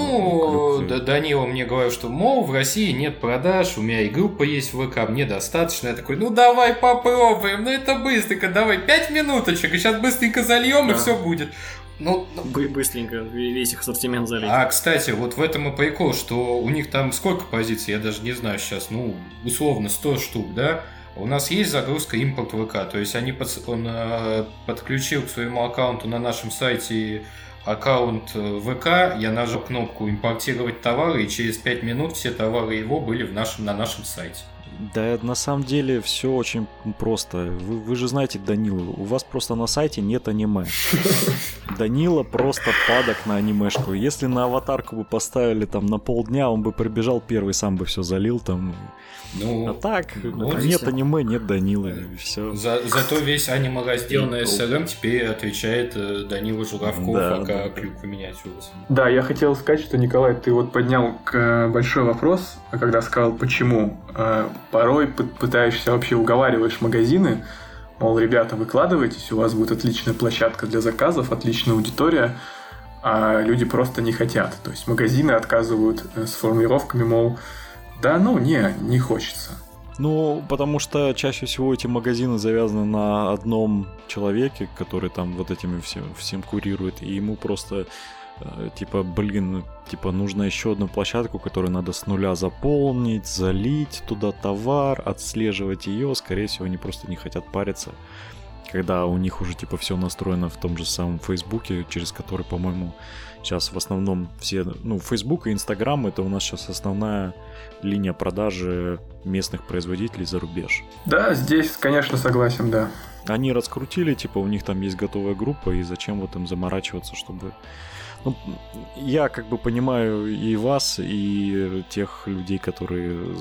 Speaker 3: Данила мне говорил, что, в России нет продаж, у меня и группа есть в ВК, мне достаточно. Я такой, давай попробуем, это быстренько, давай 5 минуточек, и сейчас быстренько зальем, и все будет.
Speaker 5: Быстренько весь их ассортимент залить.
Speaker 3: А, кстати, вот в этом и прикол, что у них там сколько позиций, я даже не знаю сейчас, условно 100 штук, да? У нас есть загрузка импорт ВК, то есть он подключил к своему аккаунту на нашем сайте аккаунт ВК, я нажал кнопку «Импортировать товары», и через 5 минут все товары его были на нашем сайте.
Speaker 1: Да, на самом деле все очень просто. Вы же знаете Данилу, у вас просто на сайте нет аниме. Данила просто падок на анимешку. Если на аватарку бы поставили там на полдня, он бы прибежал первый, сам бы все залил там. А так, нет аниме, нет Данилы, все.
Speaker 3: Зато весь аниме-раздел на SRM теперь отвечает Данила Журавков, пока Клюква Миниатюрас.
Speaker 4: Да, я хотел сказать, что, Николай, ты поднял большой вопрос, когда сказал, почему. Порой пытаешься вообще уговариваешь магазины, мол, ребята, выкладывайтесь, у вас будет отличная площадка для заказов, отличная аудитория, а люди просто не хотят. То есть магазины отказывают с формулировками, мол, не хочется.
Speaker 1: Потому что чаще всего эти магазины завязаны на одном человеке, который там вот этими всем курирует, и ему просто нужно еще одну площадку, которую надо с нуля заполнить, залить туда товар, отслеживать ее. Скорее всего, они просто не хотят париться, когда у них уже все настроено в том же самом Фейсбуке, через который, по-моему, сейчас в основном все... Фейсбук и Инстаграм — это у нас сейчас основная линия продажи местных производителей за рубеж. Да,
Speaker 4: здесь, конечно, согласен, да.
Speaker 1: Они раскрутили, у них там есть готовая группа, и зачем им заморачиваться, чтобы... я понимаю и вас, и тех людей, которые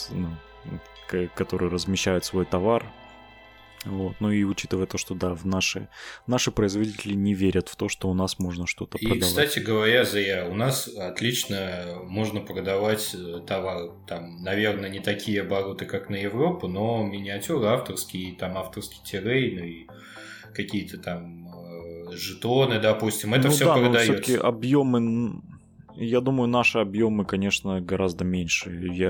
Speaker 1: размещают свой товар. И учитывая то, что наши производители не верят в то, что у нас можно что-то продавать.
Speaker 3: И, кстати говоря, у нас отлично можно продавать товар. Там, наверное, не такие обороты, как на Европу, но миниатюры авторские, там авторский террейн и какие-то там жетоны, допустим, это все продается.
Speaker 1: Но все-таки объемы, я думаю, наши объемы, конечно, гораздо меньше.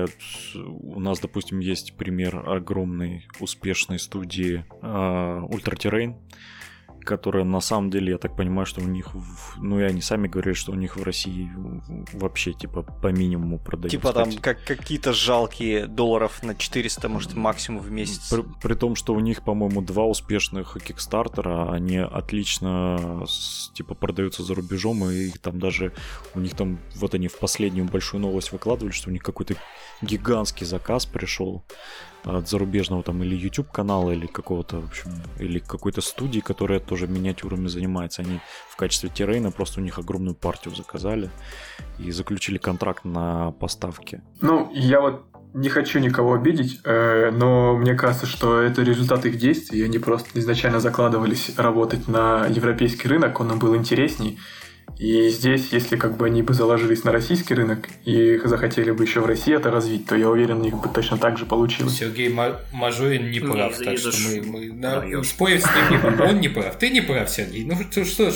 Speaker 1: У нас, допустим, есть пример огромной успешной студии Ultra Terrain, которая на самом деле, я так понимаю, что у них, и они сами говорят, что у них в России вообще типа по минимуму продают.
Speaker 2: Типа там какие-то жалкие долларов на 400, может, максимум в месяц.
Speaker 1: При том, что у них, по-моему, 2 успешных кикстартера, они отлично типа продаются за рубежом, и там даже у них там, вот они в последнюю большую новость выкладывали, что у них какой-то гигантский заказ пришел от зарубежного там или YouTube канала, или какого-то, в общем, или какой-то студии, которая тоже миниатюрами занимается. Они в качестве террейна просто у них огромную партию заказали и заключили контракт на поставки.
Speaker 4: Ну, я вот не хочу никого обидеть, но мне кажется, что это результат их действий. Они просто изначально закладывались работать на европейский рынок, он им был интересней. И здесь, если как бы они бы заложились на российский рынок и захотели бы еще в России это развить, то я уверен, у них бы точно так же получилось.
Speaker 3: Сергей Мажорин не прав, так что мы спорить с ним, он не прав. Ты не прав, Сергей. Ну что ж.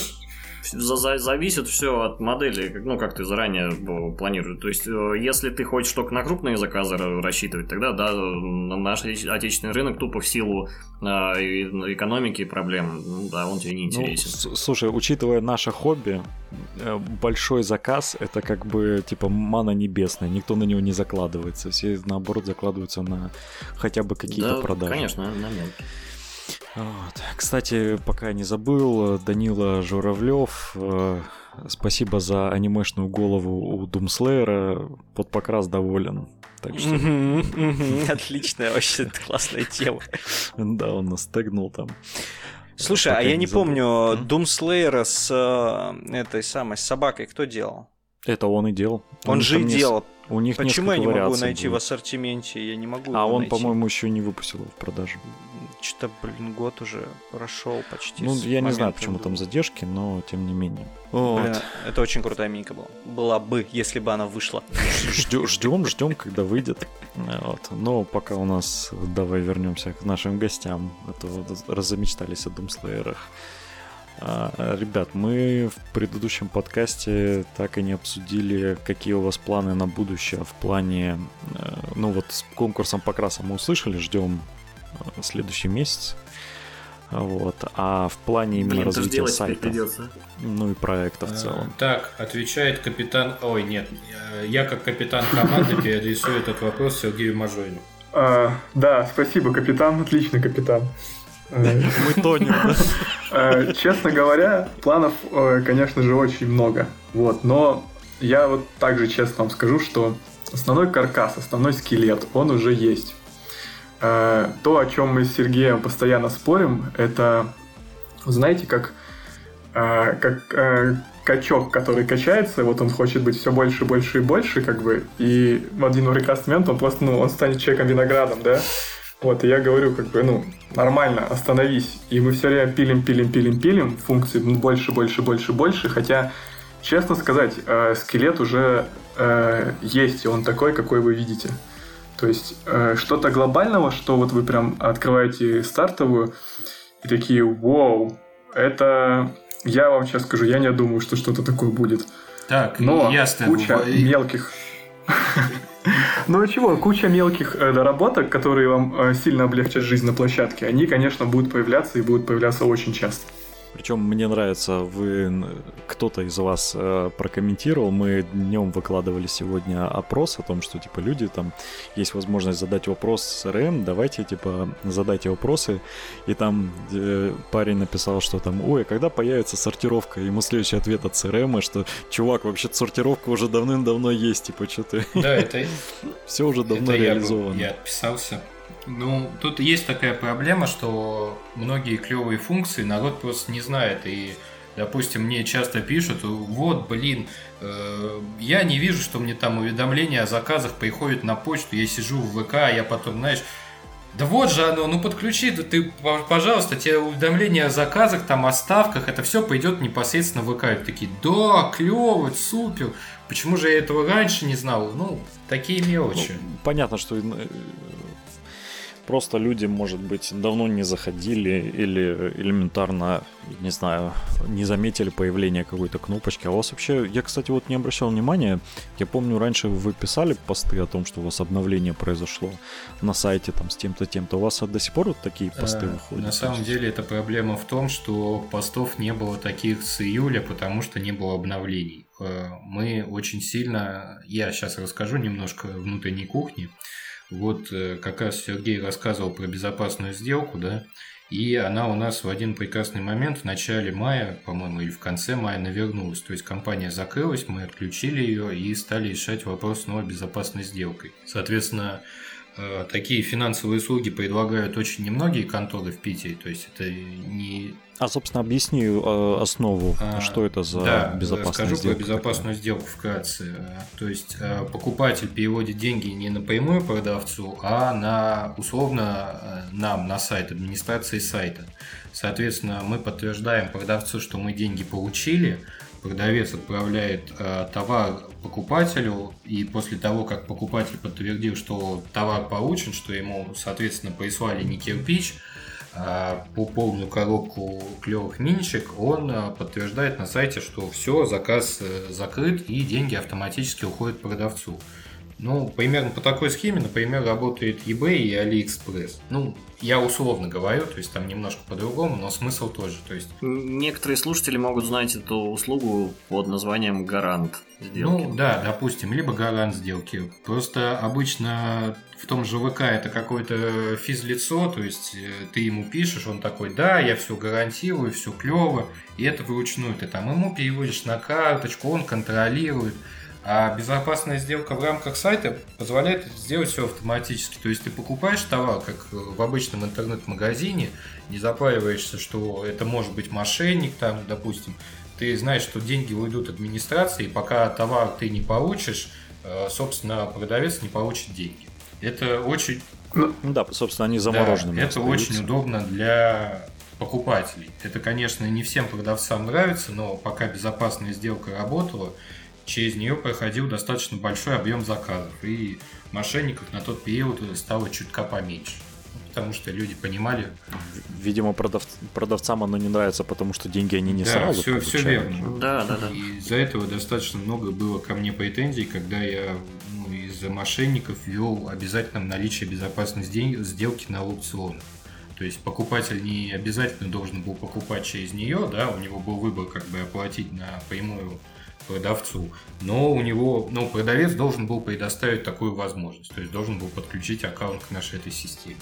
Speaker 5: Зависит все от модели, как ты заранее планируешь. То есть, если ты хочешь только на крупные заказы рассчитывать, тогда да, наш отечественный рынок тупо в силу экономики и проблем, да, он тебе не интересен.
Speaker 1: Слушай, учитывая наше хобби, большой заказ — это как бы типа манна небесная, никто на него не закладывается, все наоборот закладываются на хотя бы какие-то продажи.
Speaker 5: Конечно, на мелкие.
Speaker 1: Вот. Кстати, пока не забыл, Данила Журавлев, спасибо за анимешную голову у Думслеера, под покрас доволен. Так что...
Speaker 2: Отличная, вообще классная тема.
Speaker 1: Да, он нас тегнул там.
Speaker 2: Слушай, а я не помню, Думслеера с этой самой собакой кто делал?
Speaker 1: Это он и делал.
Speaker 2: Он же и делал.
Speaker 1: У них
Speaker 2: почему я не могу найти
Speaker 1: было
Speaker 2: в ассортименте? Я не могу.
Speaker 1: А он, по-моему, еще не выпустил его в продажу.
Speaker 2: Что-то, год уже прошел почти.
Speaker 1: Ну, я не знаю, почему там задержки, но тем не менее. Вот.
Speaker 2: Блин, это очень крутая минька была. Была бы, если бы она вышла.
Speaker 1: Ждем, когда выйдет. Вот. Но пока у нас давай вернемся к нашим гостям. А то разомечтались о Думслеерах. Ребят, мы в предыдущем подкасте так и не обсудили, какие у вас планы на будущее в плане... Ну вот с конкурсом покраса мы услышали, ждем следующий месяц. Вот. А в плане именно развития сайта, ну и проекта в целом.
Speaker 3: Так, отвечает капитан... Ой, нет, я как капитан команды переадресую этот вопрос Сергею Мажорину.
Speaker 4: Да, спасибо, капитан, отличный капитан.
Speaker 1: Мы тонем, да?
Speaker 4: Честно говоря, планов, конечно же, очень много. Вот, но я вот также честно вам скажу, что основной каркас, основной скелет, он уже есть. То, о чем мы с Сергеем постоянно спорим, это, знаете, как качок, который качается, вот он хочет быть все больше, больше и больше, как бы, и в один прекрасный момент он просто, он станет человеком-виноградом, да? Вот, и я говорю, как бы, нормально, остановись. И мы все время пилим функции больше, больше, больше, больше. Хотя, честно сказать, скелет уже есть, и он такой, какой вы видите. То есть, что-то глобального, что вот вы прям открываете стартовую и такие, вау, это... Я вам сейчас скажу, я не думаю, что что-то такое будет.
Speaker 3: Так,
Speaker 4: но
Speaker 3: ясно.
Speaker 4: Куча мелких... Ну чего, куча мелких доработок, которые вам сильно облегчат жизнь на площадке, они, конечно, будут появляться и будут появляться очень часто.
Speaker 1: Причем мне нравится, кто-то из вас прокомментировал, мы днем выкладывали сегодня опрос о том, что типа люди, там есть возможность задать вопрос с СРМ, давайте типа задайте вопросы, и там парень написал, что там, ой, когда появится сортировка, ему следующий ответ от СРМ, что чувак, вообще-то сортировка уже давным-давно есть, типа что ты...
Speaker 3: Да, это...
Speaker 1: Все уже давно реализовано.
Speaker 3: Я отписался. Ну, тут есть такая проблема, что многие клевые функции народ просто не знает. И, допустим, мне часто пишут, вот, блин, я не вижу, что мне там уведомления о заказах приходят на почту, я сижу в ВК, а я потом, знаешь, да вот же оно, подключи, да ты, пожалуйста, тебе уведомления о заказах, там, о ставках, это все пойдет непосредственно в ВК. И такие, да, клево, супер, почему же я этого раньше не знал? Ну, такие мелочи.
Speaker 1: Понятно, что просто люди, может быть, давно не заходили или элементарно, не знаю, не заметили появление какой-то кнопочки. А у вас вообще, я, кстати, вот не обращал внимания, я помню, раньше вы писали посты о том, что у вас обновление произошло на сайте там с тем-то, тем-то. У вас до сих пор вот такие посты выходят?
Speaker 3: На самом деле, эта проблема в том, что постов не было таких с июля, потому что не было обновлений. Мы очень сильно, я сейчас расскажу немножко внутренней кухни. Вот как раз Сергей рассказывал про безопасную сделку, да, и она у нас в один прекрасный момент в начале мая, по-моему, или в конце мая навернулась. То есть компания закрылась, мы отключили ее и стали решать вопрос с новой безопасной сделкой. Соответственно, такие финансовые услуги предлагают очень немногие конторы в Питере, то есть это не...
Speaker 1: собственно, объясни основу, что это за безопасная сделка.
Speaker 3: Скажу про безопасную сделку вкратце. То есть покупатель переводит деньги не напрямую продавцу, а условно нам на сайт, администрации сайта. Соответственно, мы подтверждаем продавцу, что мы деньги получили, продавец отправляет товар покупателю, и после того, как покупатель подтвердил, что товар получен, что ему, соответственно, прислали не кирпич, по полную коробку клевых миничек, он подтверждает на сайте, что все, заказ закрыт и деньги автоматически уходят продавцу. Ну, примерно по такой схеме, например, работает eBay и AliExpress. Ну, я условно говорю, то есть там немножко по-другому, но смысл тоже. То есть...
Speaker 5: Некоторые слушатели могут знать эту услугу под названием гарант сделки.
Speaker 3: Ну, да, допустим, либо гарант сделки. Просто обычно в том же ВК это какое-то физлицо, то есть ты ему пишешь, он такой, да, я все гарантирую, все клево, и это вручную. Ты там ему переводишь на карточку, он контролирует. А безопасная сделка в рамках сайта позволяет сделать все автоматически. То есть ты покупаешь товар, как в обычном интернет-магазине, не запариваешься, что это может быть мошенник, там, допустим. Ты знаешь, что деньги уйдут администрации, и пока товар ты не получишь, собственно, продавец не получит деньги. Это очень...
Speaker 1: Ну да, собственно, они заморожены.
Speaker 3: Да, это очень удобно для покупателей. Это, конечно, не всем продавцам нравится, но пока безопасная сделка работала, через нее проходил достаточно большой объем заказов, и мошенников на тот период стало чутка поменьше, потому что люди понимали.
Speaker 1: Видимо, продавцам оно не нравится, потому что деньги они не сразу
Speaker 3: получают. Все верно.
Speaker 5: Да.
Speaker 3: И из-за этого достаточно много было ко мне претензий, когда я из-за мошенников ввел обязательно наличие безопасной сделки на аукционах. То есть покупатель не обязательно должен был покупать через нее, да, у него был выбор как бы оплатить напрямую продавцу, но у него, продавец должен был предоставить такую возможность, то есть должен был подключить аккаунт к нашей этой системе.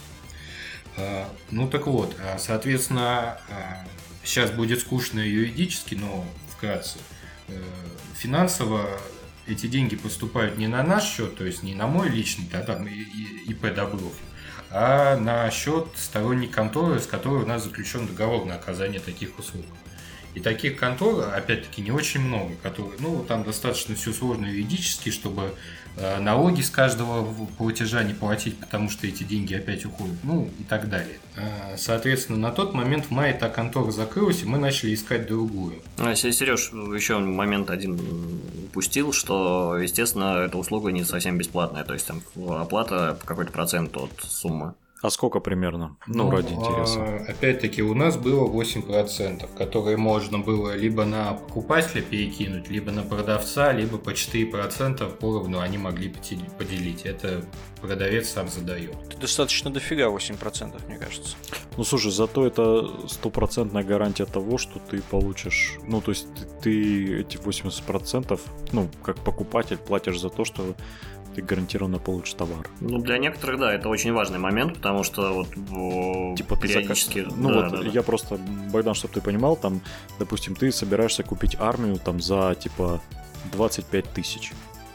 Speaker 3: Так вот, соответственно, сейчас будет скучно юридически, но вкратце. Финансово эти деньги поступают не на наш счет, то есть не на мой личный, да, там, ИП Добров, а на счет сторонней конторы, с которой у нас заключен договор на оказание таких услуг. И таких контор, опять-таки, не очень много, которые, там достаточно все сложно юридически, чтобы налоги с каждого платежа не платить, потому что эти деньги опять уходят, и так далее. Соответственно, на тот момент в мае та контора закрылась, и мы начали искать другую.
Speaker 5: Сереж, еще момент один упустил, что, естественно, эта услуга не совсем бесплатная, то есть там оплата какой-то процент от суммы.
Speaker 1: А сколько примерно? Ради интереса.
Speaker 3: Опять-таки, у нас было 8%, которые можно было либо на покупателя перекинуть, либо на продавца, либо по 4% поровну они могли поделить. Это продавец сам задает.
Speaker 2: Это достаточно дофига 8%, мне кажется.
Speaker 1: Слушай, зато это стопроцентная гарантия того, что ты получишь... то есть ты эти 80%, как покупатель, платишь за то, что ты гарантированно получишь товар.
Speaker 5: Для некоторых, да, это очень важный момент, потому что периодически...
Speaker 1: Я просто, Богдан, чтобы ты понимал, там, допустим, ты собираешься купить армию там за, 25 тысяч,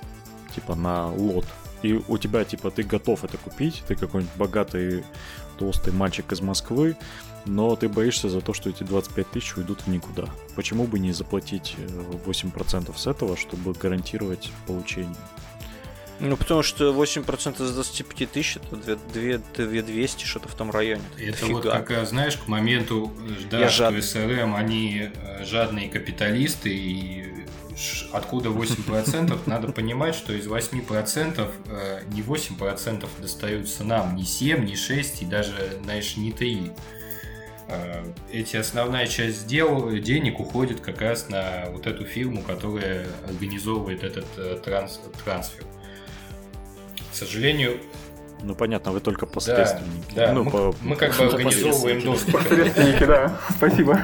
Speaker 1: на лот. И у тебя, ты готов это купить, ты какой-нибудь богатый, толстый мальчик из Москвы, но ты боишься за то, что эти 25 тысяч уйдут в никуда. Почему бы не заплатить 8% с этого, чтобы гарантировать получение?
Speaker 2: Потому что 8% из 25 тысяч это 2200, что-то в том районе.
Speaker 3: Это вот как, знаешь, к моменту, что СРМ, они жадные капиталисты, и откуда 8%, надо понимать, что из 8% не 8% достаются нам, не 7, не 6 и даже, знаешь, не 3. Эти основная часть денег уходит как раз на вот эту фирму, которая организовывает этот трансфер. К сожалению...
Speaker 1: Ну, понятно, вы только посредственники.
Speaker 3: Да,
Speaker 1: ну,
Speaker 3: мы как бы организовываем доступ.
Speaker 4: Посредственники, да. Спасибо.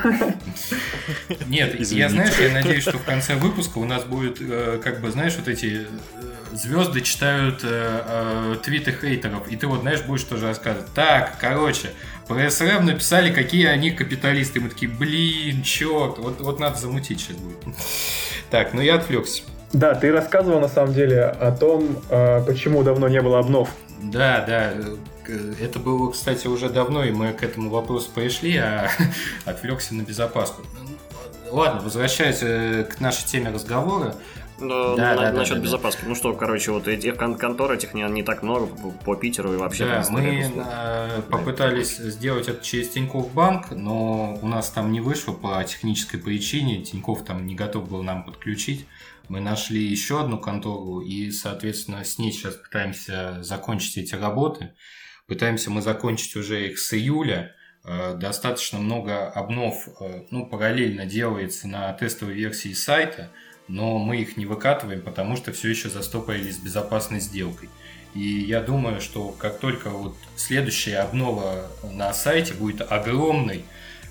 Speaker 3: Нет, я надеюсь, что в конце выпуска у нас будет, как бы, знаешь, вот эти звезды читают твиты хейтеров, и ты вот, знаешь, будешь тоже рассказывать. Так, короче, про СРМ написали, какие они капиталисты. Мы такие, блин, черт, вот надо замутить сейчас будет. Так, ну я отвлекся.
Speaker 4: Да, ты рассказывал на самом деле о том, почему давно не было обнов.
Speaker 3: Да, это было, кстати, уже давно, и мы к этому вопросу пришли, а отвлекся на безопаску. Ладно, возвращаясь к нашей теме разговора.
Speaker 5: Насчет безопаски. Ну что, короче, вот этих контор этих не так много по Питеру и вообще.
Speaker 3: Да, мы попытались сделать это через Тинькофф Банк, но у нас там не вышло по технической причине. Тинькофф там не готов был нам подключить. Мы нашли еще одну контору и, соответственно, с ней сейчас пытаемся закончить эти работы. Пытаемся мы закончить уже их с июля. Достаточно много обнов, параллельно делается на тестовой версии сайта, но мы их не выкатываем, потому что все еще застопорились с безопасной сделкой. И я думаю, что как только вот следующая обнова на сайте будет огромной,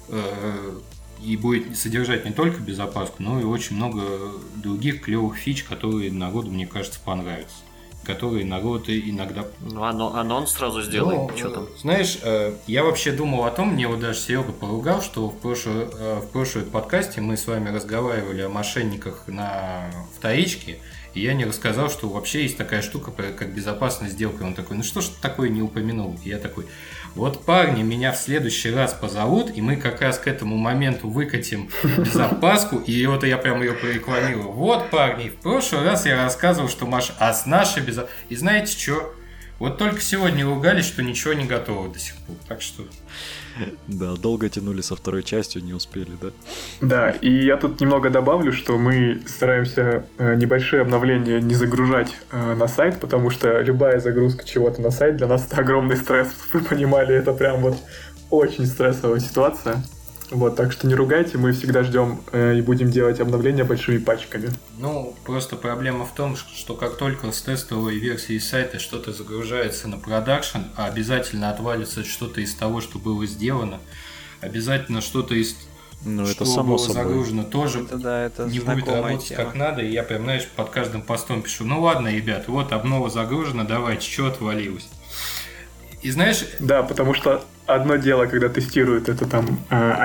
Speaker 3: и будет содержать не только безопаску, но и очень много других клевых фич, которые народу, мне кажется, понравятся. Которые народ иногда...
Speaker 5: Ну, анонс сразу сделай, что там.
Speaker 3: Знаешь, я вообще думал о том, мне вот даже Серега поругал, что в прошлом подкасте мы с вами разговаривали о мошенниках на вторичке, и я не рассказал, что вообще есть такая штука, как безопасная сделка. Он такой, ну что ж ты такое не упомянул? И я такой... Вот парни меня в следующий раз позовут, и мы как раз к этому моменту выкатим безопаску, и вот я прям ее прорекламирую. Вот, парни, в прошлый раз я рассказывал, что с нашей безопасностью... И знаете что? Вот только сегодня ругались, что ничего не готово до сих пор. Так что...
Speaker 1: Да, долго тянули со второй частью, не успели, да?
Speaker 4: Да, и я тут немного добавлю, что мы стараемся небольшие обновления не загружать на сайт, потому что любая загрузка чего-то на сайт для нас это огромный стресс. Вы понимали, это прям вот очень стрессовая ситуация. Вот, так что не ругайте, мы всегда ждем и будем делать обновления большими пачками.
Speaker 3: Ну, просто проблема в том, что как только с тестовой версии сайта что-то загружается на продакшн, а обязательно отвалится что-то из того, что было сделано, обязательно что-то из
Speaker 1: это
Speaker 3: что
Speaker 1: само
Speaker 3: было
Speaker 1: собой
Speaker 3: загружено, тоже
Speaker 2: это
Speaker 3: не будет работать как надо, и я прям, знаешь, под каждым постом пишу, ну ладно, ребят, вот обнова загружена, давайте, что отвалилось? И знаешь...
Speaker 4: Да, потому что одно дело, когда тестирует это там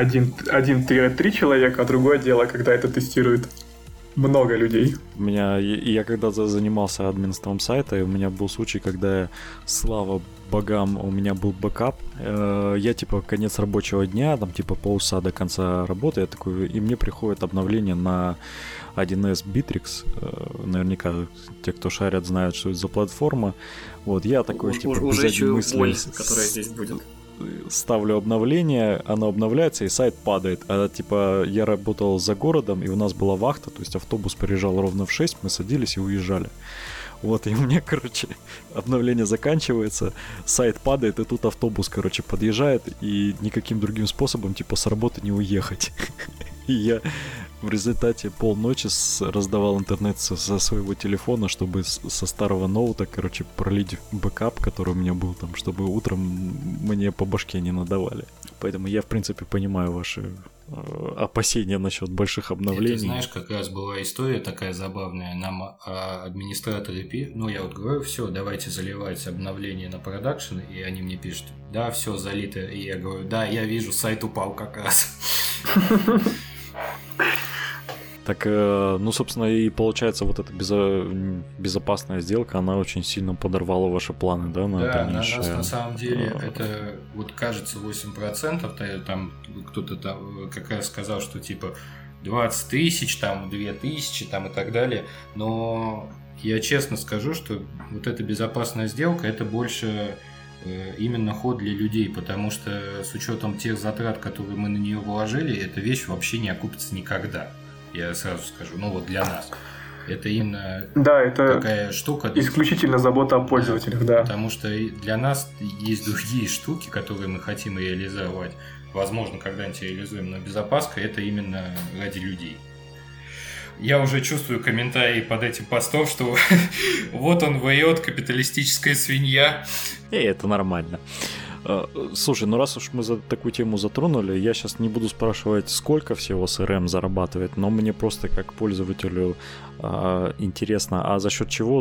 Speaker 4: 1-3 человека, а другое дело, когда это тестирует много людей.
Speaker 1: Я когда занимался админством сайта, и у меня был случай, когда, слава богам, у меня был бэкап. Я конец рабочего дня, там полчаса до конца работы, я такой, и мне приходит обновление на 1С Bittrex. Наверняка те, кто шарят, знают, что это за платформа. Вот, я такой,
Speaker 5: без задней мысли, которая здесь будет.
Speaker 1: Ставлю обновление, оно обновляется, и сайт падает. А я работал за городом, и у нас была вахта, то есть автобус приезжал ровно в 6, мы садились и уезжали. Вот, и у меня, обновление заканчивается, сайт падает, и тут автобус, подъезжает, и никаким другим способом, с работы не уехать. И я в результате полночи раздавал интернет со своего телефона, чтобы со старого ноута, пролить бэкап, который у меня был там, чтобы утром мне по башке не надавали. Поэтому я, в принципе, понимаю ваши опасения насчет больших обновлений.
Speaker 3: Ты знаешь, как раз была история такая забавная. Нам администраторы я вот говорю, все, давайте заливать обновление на продакшн, и они мне пишут, да, все залито. И я говорю, да, я вижу, сайт упал как раз.
Speaker 1: Так, собственно, и получается, вот эта безопасная сделка, она очень сильно подорвала ваши планы, да, на дальнейшее?
Speaker 3: Да, на самом деле, это вот кажется 8%, там кто-то там как раз сказал, что 20 тысяч, там 2 тысячи, там и так далее, но я честно скажу, что вот эта безопасная сделка, это больше именно ход для людей, потому что с учетом тех затрат, которые мы на нее вложили, эта вещь вообще не окупится никогда. Я сразу скажу, ну вот для нас. Это именно
Speaker 4: это
Speaker 3: такая штука.
Speaker 4: Исключительно забота о пользователях, да.
Speaker 3: Потому что для нас есть другие штуки, которые мы хотим реализовать. Возможно, когда-нибудь реализуем, но безопаска это именно ради людей. Я уже чувствую комментарии под этим постом, что вот он воет, капиталистическая свинья.
Speaker 1: Это нормально. Слушай, ну раз уж мы за такую тему затронули, я сейчас не буду спрашивать, сколько всего CRM зарабатывает, но мне просто как пользователю интересно, а за счет чего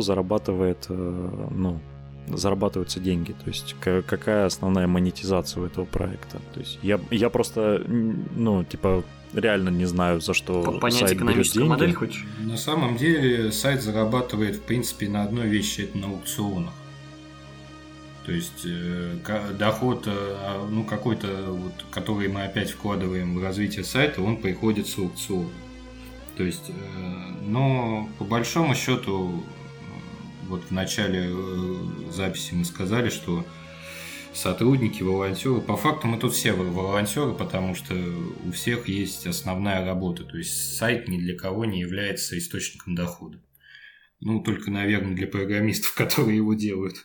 Speaker 1: зарабатываются деньги, то есть какая основная монетизация у этого проекта. То есть я просто, реально не знаю, за что
Speaker 5: понять
Speaker 1: сайт
Speaker 5: экономическую
Speaker 1: берет деньги.
Speaker 5: модель хочешь?
Speaker 3: На самом деле сайт зарабатывает, в принципе, на одной вещи, это на аукционах. То есть доход, какой-то, который мы опять вкладываем в развитие сайта, он приходит с аукциона. То есть, но по большому счету, вот в начале записи мы сказали, что сотрудники, волонтеры, по факту мы тут все волонтеры, потому что у всех есть основная работа. То есть сайт ни для кого не является источником дохода. Ну, только, наверное, для программистов, которые его делают.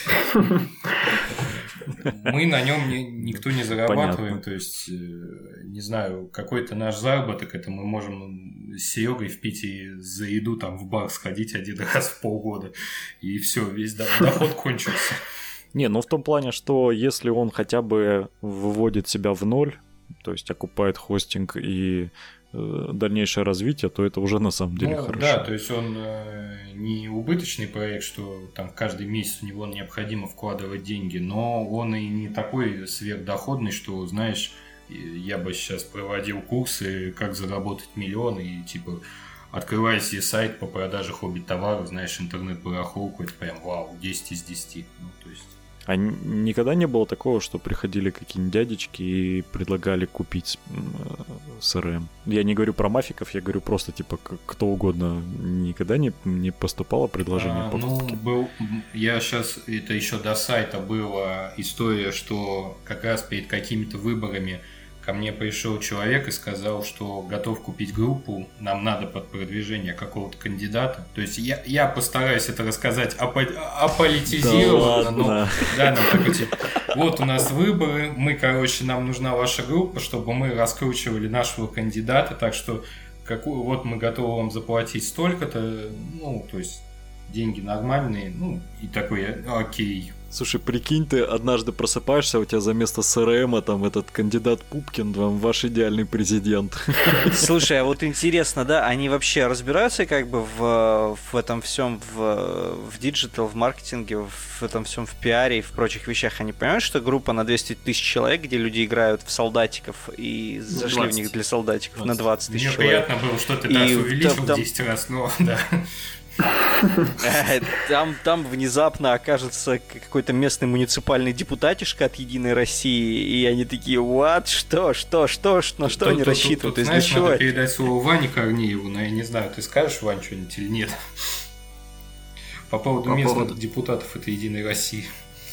Speaker 3: Мы на нем никто не зарабатываем. Понятно. То есть, не знаю, какой-то наш заработок, это мы можем с Серегой в Питере за еду там в бар сходить один раз в полгода. И все, весь доход кончился.
Speaker 1: Не, в том плане, что если он хотя бы выводит себя в ноль, то есть окупает хостинг и дальнейшее развитие, то это уже на самом деле хорошо.
Speaker 3: Да, то есть он не убыточный проект, что там каждый месяц у него необходимо вкладывать деньги, но он и не такой сверхдоходный, что, знаешь, я бы сейчас проводил курсы, как заработать миллион, и типа открывая себе сайт по продаже хобби-товаров, знаешь, интернет-барахолку, это прям вау, 10 из 10. То есть...
Speaker 1: А никогда не было такого, что приходили какие-нибудь дядечки и предлагали купить CRM? Я не говорю про мафиков, я говорю просто типа кто угодно. Никогда не поступало предложение покупки?
Speaker 3: Я сейчас, это еще до сайта была история, что как раз перед какими-то выборами ко мне пришел человек и сказал, что готов купить группу, нам надо под продвижение какого-то кандидата. То есть я постараюсь это рассказать аполитизированно. Да, нам такой типа, вот у нас выборы, нам нужна ваша группа, чтобы мы раскручивали нашего кандидата, так что вот мы готовы вам заплатить столько-то, то есть деньги нормальные, и такой, окей.
Speaker 1: Слушай, прикинь, ты однажды просыпаешься, у тебя за место СРМа там этот кандидат Пупкин, вам ваш идеальный президент.
Speaker 2: Слушай, а вот интересно, да, они вообще разбираются как бы в этом всем, в диджитал, в маркетинге, в этом всем, в пиаре и в прочих вещах? Они понимают, что группа на 200 тысяч человек, где люди играют в солдатиков и зашли в них для солдатиков 20. На 20 тысяч человек.
Speaker 3: Мне приятно было, что ты так увеличил 10 раз, но да.
Speaker 2: Там внезапно окажется какой-то местный муниципальный депутатишка от Единой России, и они такие, what? Что? На что они рассчитывают?
Speaker 3: Тут, знаешь, надо передать слово Ване Корнееву, но я не знаю, ты скажешь, Вань, что-нибудь или нет? По поводу местных депутатов этой Единой России.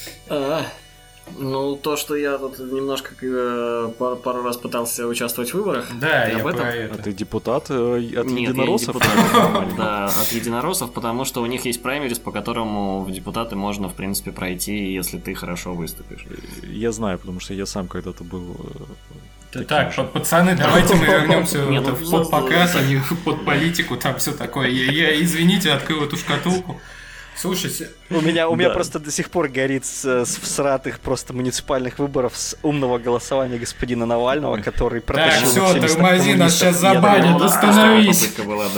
Speaker 5: То, что я тут немножко пару раз пытался участвовать в выборах.
Speaker 3: Да, я про это.
Speaker 1: А ты депутат от единороссов?
Speaker 5: Да, от единороссов, потому что у них есть праймерис, по которому в депутаты можно, в принципе, пройти, если ты хорошо выступишь.
Speaker 1: Я знаю, потому что я сам когда-то был...
Speaker 3: Так, пацаны, давайте мы вернемся в подпоказ, а не под политику, там все такое. Я, извините, открыл эту шкатулку. Слушайте,
Speaker 2: у меня просто до сих пор горит с всратых просто муниципальных выборов с умного голосования господина Навального, который протащил...
Speaker 3: Так, все, тормози, нас сейчас забанят, остановись.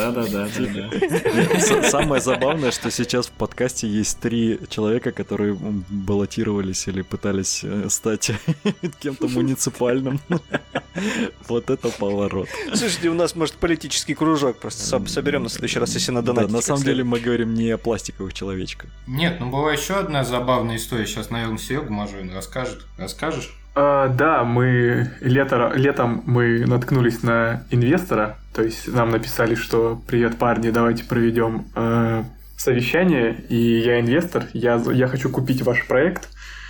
Speaker 1: Самое забавное, что сейчас в подкасте есть 3 человека, которые баллотировались или пытались стать кем-то муниципальным. Вот это поворот.
Speaker 2: Слушайте, у нас, может, политический кружок, просто соберем на следующий раз, если на донате.
Speaker 1: На самом деле мы говорим не о пластиковых человечках.
Speaker 3: Нет, была еще одна забавная история. Сейчас, наверное, Серега Мажуин расскажет. Расскажешь?
Speaker 4: Да, летом мы наткнулись на инвестора. То есть нам написали, что привет, парни, давайте проведем совещание. И я инвестор, я хочу купить ваш проект.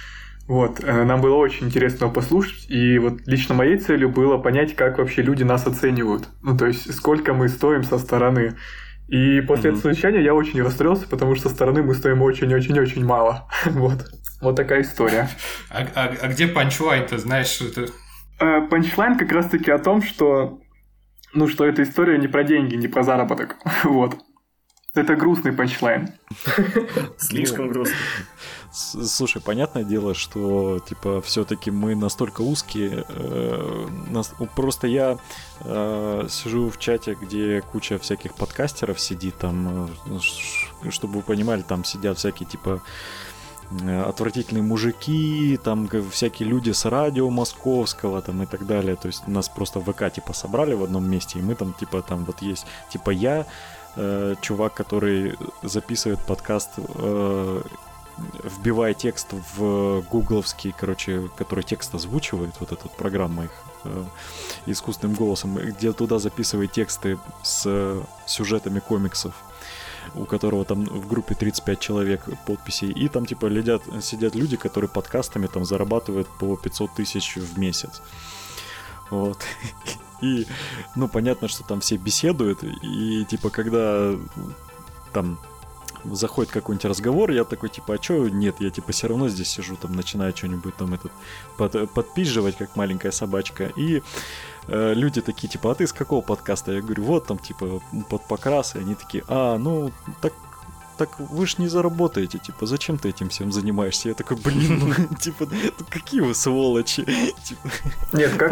Speaker 4: Вот, нам было очень интересно его послушать, и вот лично моей целью было понять, как вообще люди нас оценивают. Ну, то есть, сколько мы стоим со стороны. И после этого совещания я очень расстроился, потому что со стороны мы стоим очень-очень-очень мало. Вот такая история.
Speaker 3: А где панчлайн-то, знаешь, это...
Speaker 4: Панчлайн как раз-таки о том, что эта история не про деньги, не про заработок. Вот. Это грустный панчлайн.
Speaker 5: Слишком грустный.
Speaker 1: Слушай, понятное дело, что типа все-таки мы настолько узкие. Просто я сижу в чате, где куча всяких подкастеров сидит, там, чтобы вы понимали, там сидят всякие типа отвратительные мужики, там всякие люди с радио московского там и так далее. То есть нас просто в ВК типа собрали в одном месте, и мы там типа там вот есть типа я, чувак, который записывает подкаст, вбивая текст в гугловский, который текст озвучивает, вот эта программа их искусственным голосом, где туда записывает тексты с сюжетами комиксов, у которого там в группе 35 человек подписей, и там типа сидят люди, которые подкастами там зарабатывают по 500 тысяч в месяц. Вот. И, понятно, что там все беседуют, и типа когда там заходит какой-нибудь разговор, я такой, типа, а чё нет, я, типа, все равно здесь сижу, там, начинаю что-нибудь там подпизживать, как маленькая собачка, и люди такие, типа, а ты с какого подкаста? Я говорю, вот, там, типа, под Покрас, и они такие, так вы ж не заработаете, типа, зачем ты этим всем занимаешься? Я такой, типа, какие вы сволочи.
Speaker 4: Нет, как...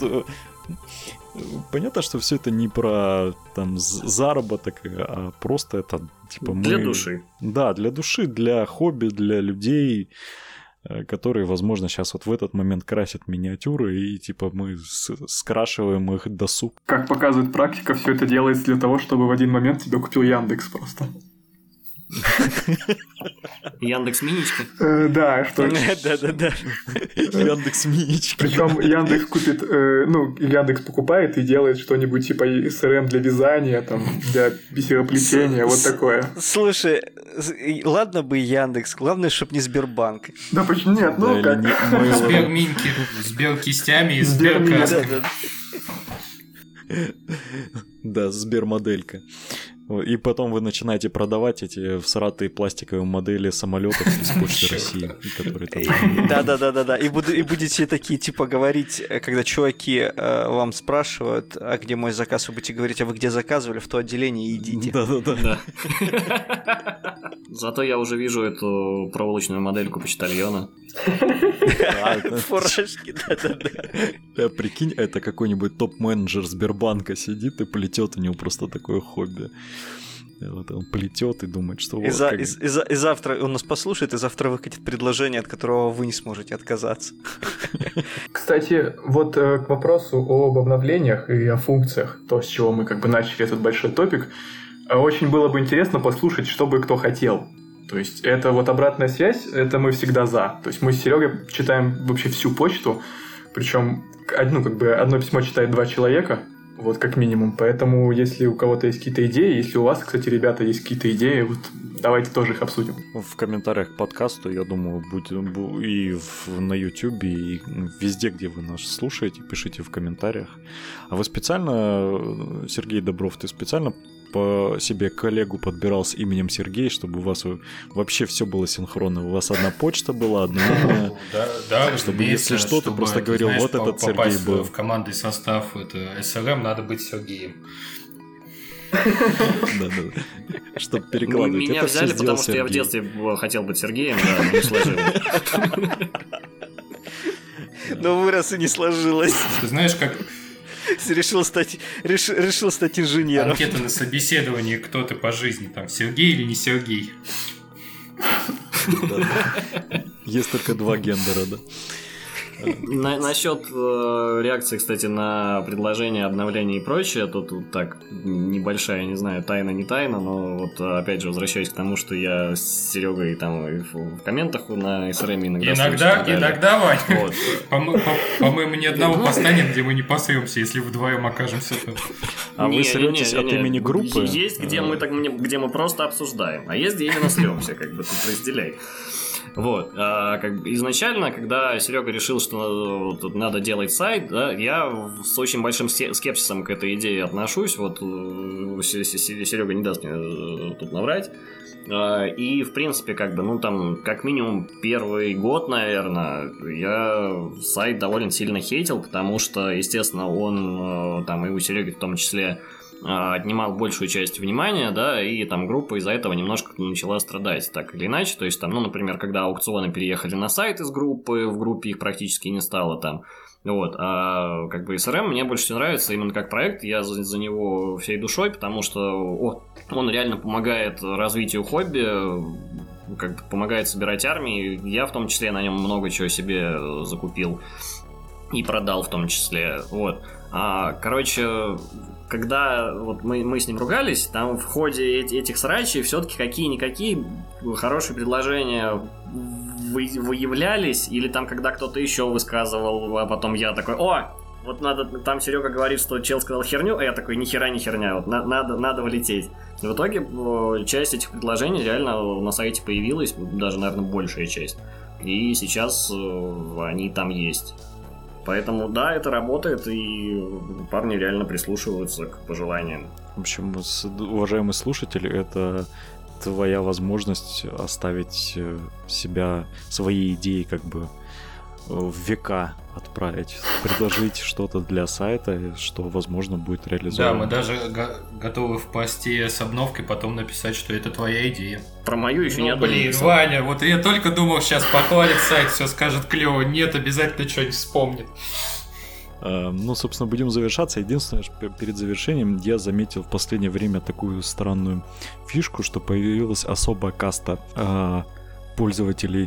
Speaker 1: Понятно, что все это не про там заработок, а просто это типа
Speaker 5: для души.
Speaker 1: Да, для души, для хобби, для людей, которые, возможно, сейчас вот в этот момент красят миниатюры, и типа мы скрашиваем их досуг.
Speaker 4: Как показывает практика, все это делается для того, чтобы в один момент тебя купил Яндекс просто.
Speaker 5: Яндекс.Миничка?
Speaker 4: Да, что...
Speaker 2: Да.
Speaker 1: Яндекс.Миничка.
Speaker 4: Причем Яндекс купит, Яндекс покупает и делает что-нибудь типа СРМ для вязания, там, для бисероплетения, вот такое.
Speaker 2: Слушай, ладно бы Яндекс, главное, чтобы не Сбербанк.
Speaker 4: Да почему нет? Как?
Speaker 3: Сберминки, Сберкистями и Сберкасками.
Speaker 1: Да, Сбермоделька. И потом вы начинаете продавать эти всратые пластиковые модели самолетов из Почты России, которые там...
Speaker 2: Да. И будете такие, типа, говорить, когда чуваки вам спрашивают, а где мой заказ, вы будете говорить, а вы где заказывали, в то отделение идите.
Speaker 1: Да.
Speaker 5: Зато я уже вижу эту проволочную модельку почтальона.
Speaker 2: Фуражки, да.
Speaker 1: Прикинь, это какой-нибудь топ-менеджер Сбербанка сидит и плетет, у него просто такое хобби. Вот он плетет и думает, что...
Speaker 2: И завтра он нас послушает, и завтра выкатит предложение, от которого вы не сможете отказаться.
Speaker 4: Кстати, вот к вопросу об обновлениях и о функциях, то, с чего мы как бы начали этот большой топик, очень было бы интересно послушать, что бы кто хотел. То есть это вот обратная связь, это мы всегда за. То есть мы с Серегой читаем вообще всю почту, причем одно письмо читает 2 человека, вот как минимум. Поэтому если у кого-то есть какие-то идеи, если у вас, кстати, ребята, есть какие-то идеи, вот давайте тоже их обсудим.
Speaker 1: В комментариях к подкасту, я думаю, и на YouTube, и везде, где вы нас слушаете, пишите в комментариях. А вы специально, Сергей Добров, ты специально по себе коллегу подбирал с именем Сергей, чтобы у вас вообще все было синхронно. У вас одна почта была, одна имя.
Speaker 3: Да,
Speaker 1: чтобы если что, ты просто говорил, вот этот Сергей был.
Speaker 3: В командный состав это СРМ, надо быть Сергеем.
Speaker 1: Да. Чтобы перекладывать.
Speaker 5: Меня взяли, потому что я в детстве хотел быть Сергеем, да, не сложилось.
Speaker 2: Но вырос и не сложилось.
Speaker 3: Ты знаешь, как...
Speaker 2: Решил стать инженером.
Speaker 3: Анкета на собеседовании, кто ты по жизни, там, Сергей или не Сергей?
Speaker 1: Есть только 2 гендера, да.
Speaker 5: Насчет реакции, кстати, на предложение обновления и прочее, тут так небольшая, не знаю, тайна, не тайна, но вот опять же возвращаясь к тому, что я с Серегой там в комментах на SRM
Speaker 3: иногда, Вань, вот. По-моему, ни одного поста нет, где мы не посремся, если вдвоем окажемся.
Speaker 1: А вы сретесь от имени группы?
Speaker 5: Есть, где мы просто обсуждаем, а есть, где именно сремся, как бы тут разделяй. Вот. Как бы изначально, когда Серега решил, что тут надо делать сайт, да, я с очень большим скепсисом к этой идее отношусь. Вот Серега не даст мне тут наврать. И, в принципе, как бы, ну, там, как минимум первый год, наверное, я сайт довольно сильно хейтил, потому что, естественно, он, там, и у Сереги в том числе, отнимал большую часть внимания, да, и там группа из-за этого немножко начала страдать, так или иначе. То есть, там, ну, например, когда аукционы переехали на сайт из группы, в группе их практически не стало там. Вот, а как бы SRM мне больше всего нравится именно как проект, я за него всей душой, потому что он реально помогает развитию хобби, как бы помогает собирать армии, я в том числе на нем много чего себе закупил и продал в том числе, вот. Короче, когда вот мы с ним ругались, там в ходе этих срачей все-таки какие-никакие хорошие предложения выявлялись, или там, когда кто-то еще высказывал, а потом я такой, вот надо, там Серега говорит, что чел сказал херню, а я такой, ни херня, вот надо влететь. И в итоге часть этих предложений реально на сайте появилась, даже, наверное, большая часть. И сейчас они там есть. Поэтому, да, это работает, и парни реально прислушиваются к пожеланиям.
Speaker 1: В общем, уважаемые слушатели, это твоя возможность оставить себя, свои идеи как бы в века отправить, предложить что-то для сайта, что, возможно, будет реализовано.
Speaker 3: Да, мы даже готовы в посте с обновкой потом написать, что это твоя идея.
Speaker 5: Про мою еще не
Speaker 3: блин, написал. Ваня, вот я только думал, сейчас похвалит сайт, все скажет клево. Нет, обязательно что-нибудь вспомнит.
Speaker 1: Ну, собственно, будем завершаться. Единственное, перед завершением я заметил в последнее время такую странную фишку, что появилась особая каста пользователей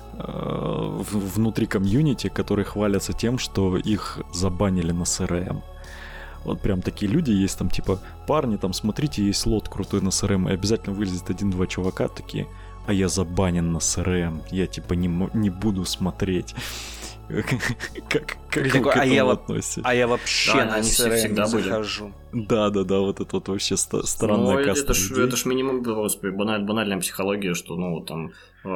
Speaker 1: внутри комьюнити, которые хвалятся тем, что их забанили на CRM. Вот прям такие люди есть, там типа, парни, там, смотрите, есть слот крутой на CRM, и обязательно вылезет 1-2 чувака такие, а я забанен на CRM, я типа не буду смотреть. Как вы к этому относитесь?
Speaker 2: А я вообще на CRM не захожу.
Speaker 1: Да, вот это вот вообще странная каста.
Speaker 5: Это ж минимум, господи, банальная психология, что, ну, там,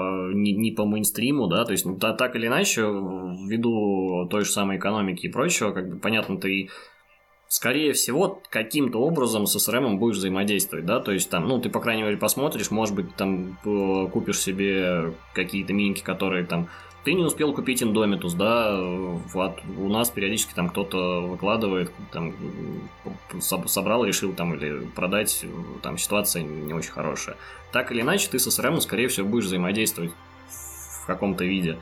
Speaker 5: не по мейнстриму, да, то есть, так или иначе, ввиду той же самой экономики и прочего, как бы, понятно, ты, скорее всего, каким-то образом с SRM будешь взаимодействовать, да, то есть, там, ну, ты, по крайней мере, посмотришь, может быть, там, купишь себе какие-то минки, которые, там, ты не успел купить Индомитус, да, вот у нас периодически там кто-то выкладывает, там, собрал, решил там или продать, там ситуация не очень хорошая. Так или иначе, ты со SRM, скорее всего, будешь взаимодействовать в каком-то виде.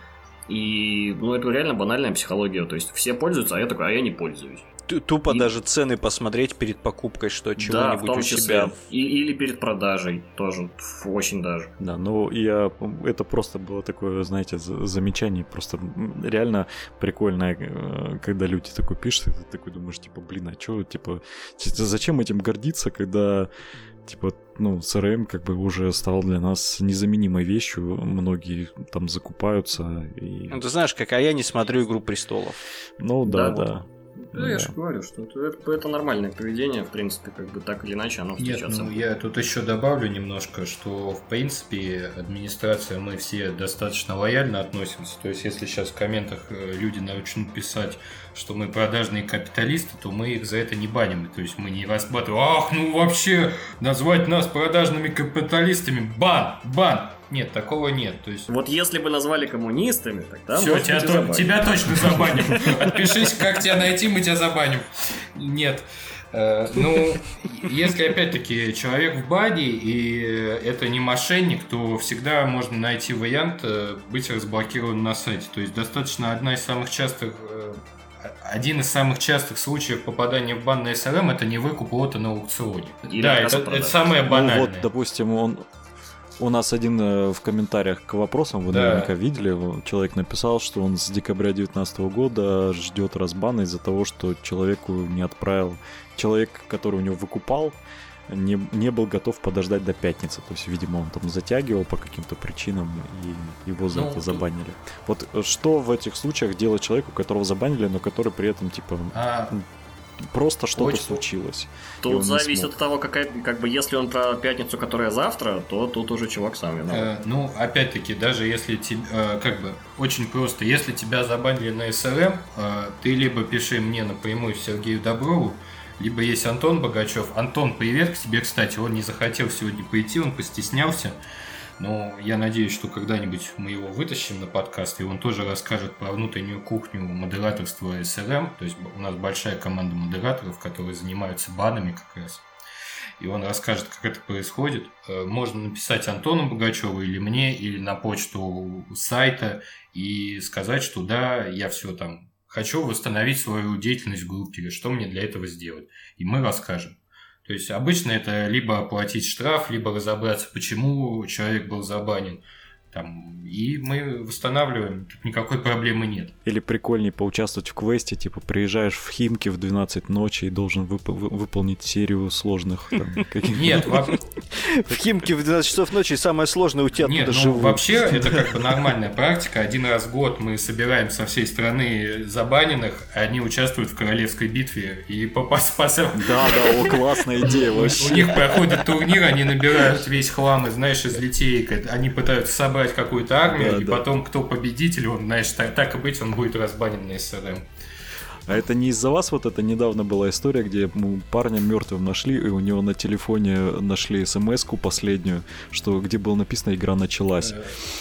Speaker 5: И, ну, это реально банальная психология, то есть все пользуются, а я такой, а я не пользуюсь.
Speaker 2: Тупо даже цены посмотреть перед покупкой, что чего-нибудь
Speaker 5: в том
Speaker 2: у
Speaker 5: числе.
Speaker 2: себя.
Speaker 5: Или перед продажей тоже, очень даже.
Speaker 1: Да, ну это просто было такое, знаете, замечание, просто реально прикольное, когда люди такой пишут, и ты такой думаешь, типа, блин, а чё, типа, зачем этим гордиться, когда, типа, ну, CRM как бы уже стал для нас незаменимой вещью, многие там закупаются. И...
Speaker 2: Ну, ты знаешь, как, а я не смотрю «Игру престолов».
Speaker 1: Ну, да.
Speaker 5: Да, я же говорю, что это нормальное поведение, в принципе, как бы так или иначе оно встречается.
Speaker 3: Нет, ну я тут еще добавлю немножко, что в принципе администрация, мы все достаточно лояльно относимся. То есть, если сейчас в комментах люди начнут писать, что мы продажные капиталисты, то мы их за это не баним. То есть мы не рассматриваем, ах, ну вообще, назвать нас продажными капиталистами, бан! Нет, такого нет. То есть...
Speaker 5: Вот если бы назвали коммунистами, тогда
Speaker 3: все, тебя точно забаним. Отпишись, как тебя найти, мы тебя забаним. Нет. Ну, если опять-таки человек в бане, и это не мошенник, то всегда можно найти вариант быть разблокированным на сайте. То есть достаточно один из самых частых случаев попадания в бан на SRM — это не выкуп лота на аукционе. Да, это самое банальное.
Speaker 1: Ну, вот, допустим, у нас один в комментариях к вопросам, вы наверняка видели, человек написал, что он с декабря 2019 года ждет разбана из-за того, что человеку не отправил, человек, который у него выкупал, не был готов подождать до пятницы. То есть, видимо, он там затягивал по каким-то причинам, и его за это забанили. Вот что в этих случаях делать человеку, которого забанили, но который при этом, типа... просто что-то случилось.
Speaker 5: Тут зависит от того, если он про пятницу, которая завтра, то тут уже чувак сам виноват.
Speaker 3: Опять-таки, даже если очень просто, если тебя забанили на СРМ, ты либо пиши мне напрямую Сергею Доброву, либо есть Антон Богачев. Антон, привет к тебе, кстати, он не захотел сегодня пойти, он постеснялся. Но я надеюсь, что когда-нибудь мы его вытащим на подкаст, и он тоже расскажет про внутреннюю кухню модераторства СРМ. То есть у нас большая команда модераторов, которые занимаются банами как раз. И он расскажет, как это происходит. Можно написать Антону Богачеву или мне, или на почту сайта и сказать, что да, я все там хочу восстановить свою деятельность в группе, или что мне для этого сделать. И мы расскажем. То есть обычно это либо оплатить штраф, либо разобраться, почему человек был забанен. И мы восстанавливаем, тут никакой проблемы нет.
Speaker 1: Или прикольнее поучаствовать в квесте, типа приезжаешь в Химки в 12 ночи и должен выполнить серию сложных
Speaker 3: Нет,
Speaker 2: в Химки в 12 часов ночи самое сложное у тебя оттуда живут.
Speaker 3: Вообще это нормальная практика. Один раз в год мы собираем со всей страны забаненных, они участвуют в королевской битве и спасают.
Speaker 1: Да, классная идея вообще.
Speaker 3: У них проходит турнир, они набирают весь хлам, знаешь, из литеек, они пытаются собрать какую-то армию, потом кто победитель, он, знаешь, так и быть, он будет разбанен на СРМ.
Speaker 1: А это не из-за вас вот это недавно была история, где парня мертвым нашли, и у него на телефоне нашли смс-ку последнюю, где было написано «Игра началась».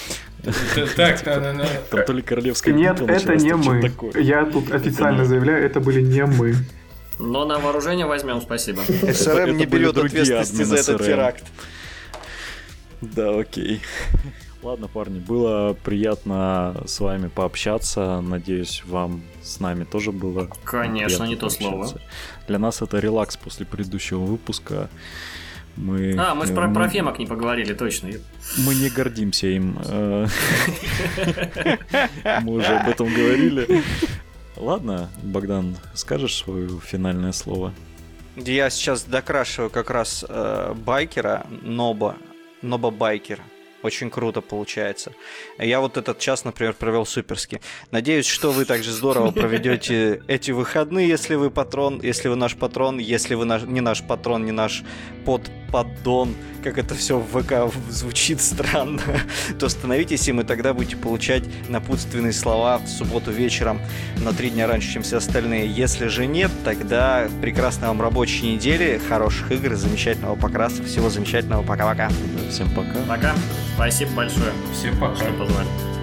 Speaker 1: Там то ли королевская битва началась.
Speaker 4: Нет, это не мы. Я тут официально заявляю, это были не мы.
Speaker 5: Но на вооружение возьмем, спасибо.
Speaker 2: СРМ не берет ответственности за этот теракт.
Speaker 1: Да, окей. Ладно, парни, было приятно с вами пообщаться. Надеюсь, вам с нами тоже было.
Speaker 5: Конечно, не то слово.
Speaker 1: Для нас это релакс после предыдущего выпуска. Мы
Speaker 5: же про Фемок не поговорили, точно.
Speaker 1: Мы не гордимся им. Мы уже об этом говорили. Ладно, Богдан, скажешь свое финальное слово?
Speaker 2: Я сейчас докрашиваю как раз байкера, Ноба Байкера. Очень круто получается. Я вот этот час, например, провел суперски. Надеюсь, что вы также здорово проведете эти выходные, если вы патрон, если вы наш патрон, если вы не наш патрон, не наш поддон, как это все в ВК звучит странно, то становитесь им, и тогда будете получать напутственные слова в субботу вечером на 3 дня раньше, чем все остальные. Если же нет, тогда прекрасной вам рабочей недели, хороших игр, замечательного покраса, всего замечательного. Пока-пока.
Speaker 1: Всем пока.
Speaker 5: Пока. Спасибо большое.
Speaker 3: Всем пока.
Speaker 5: Что позвали.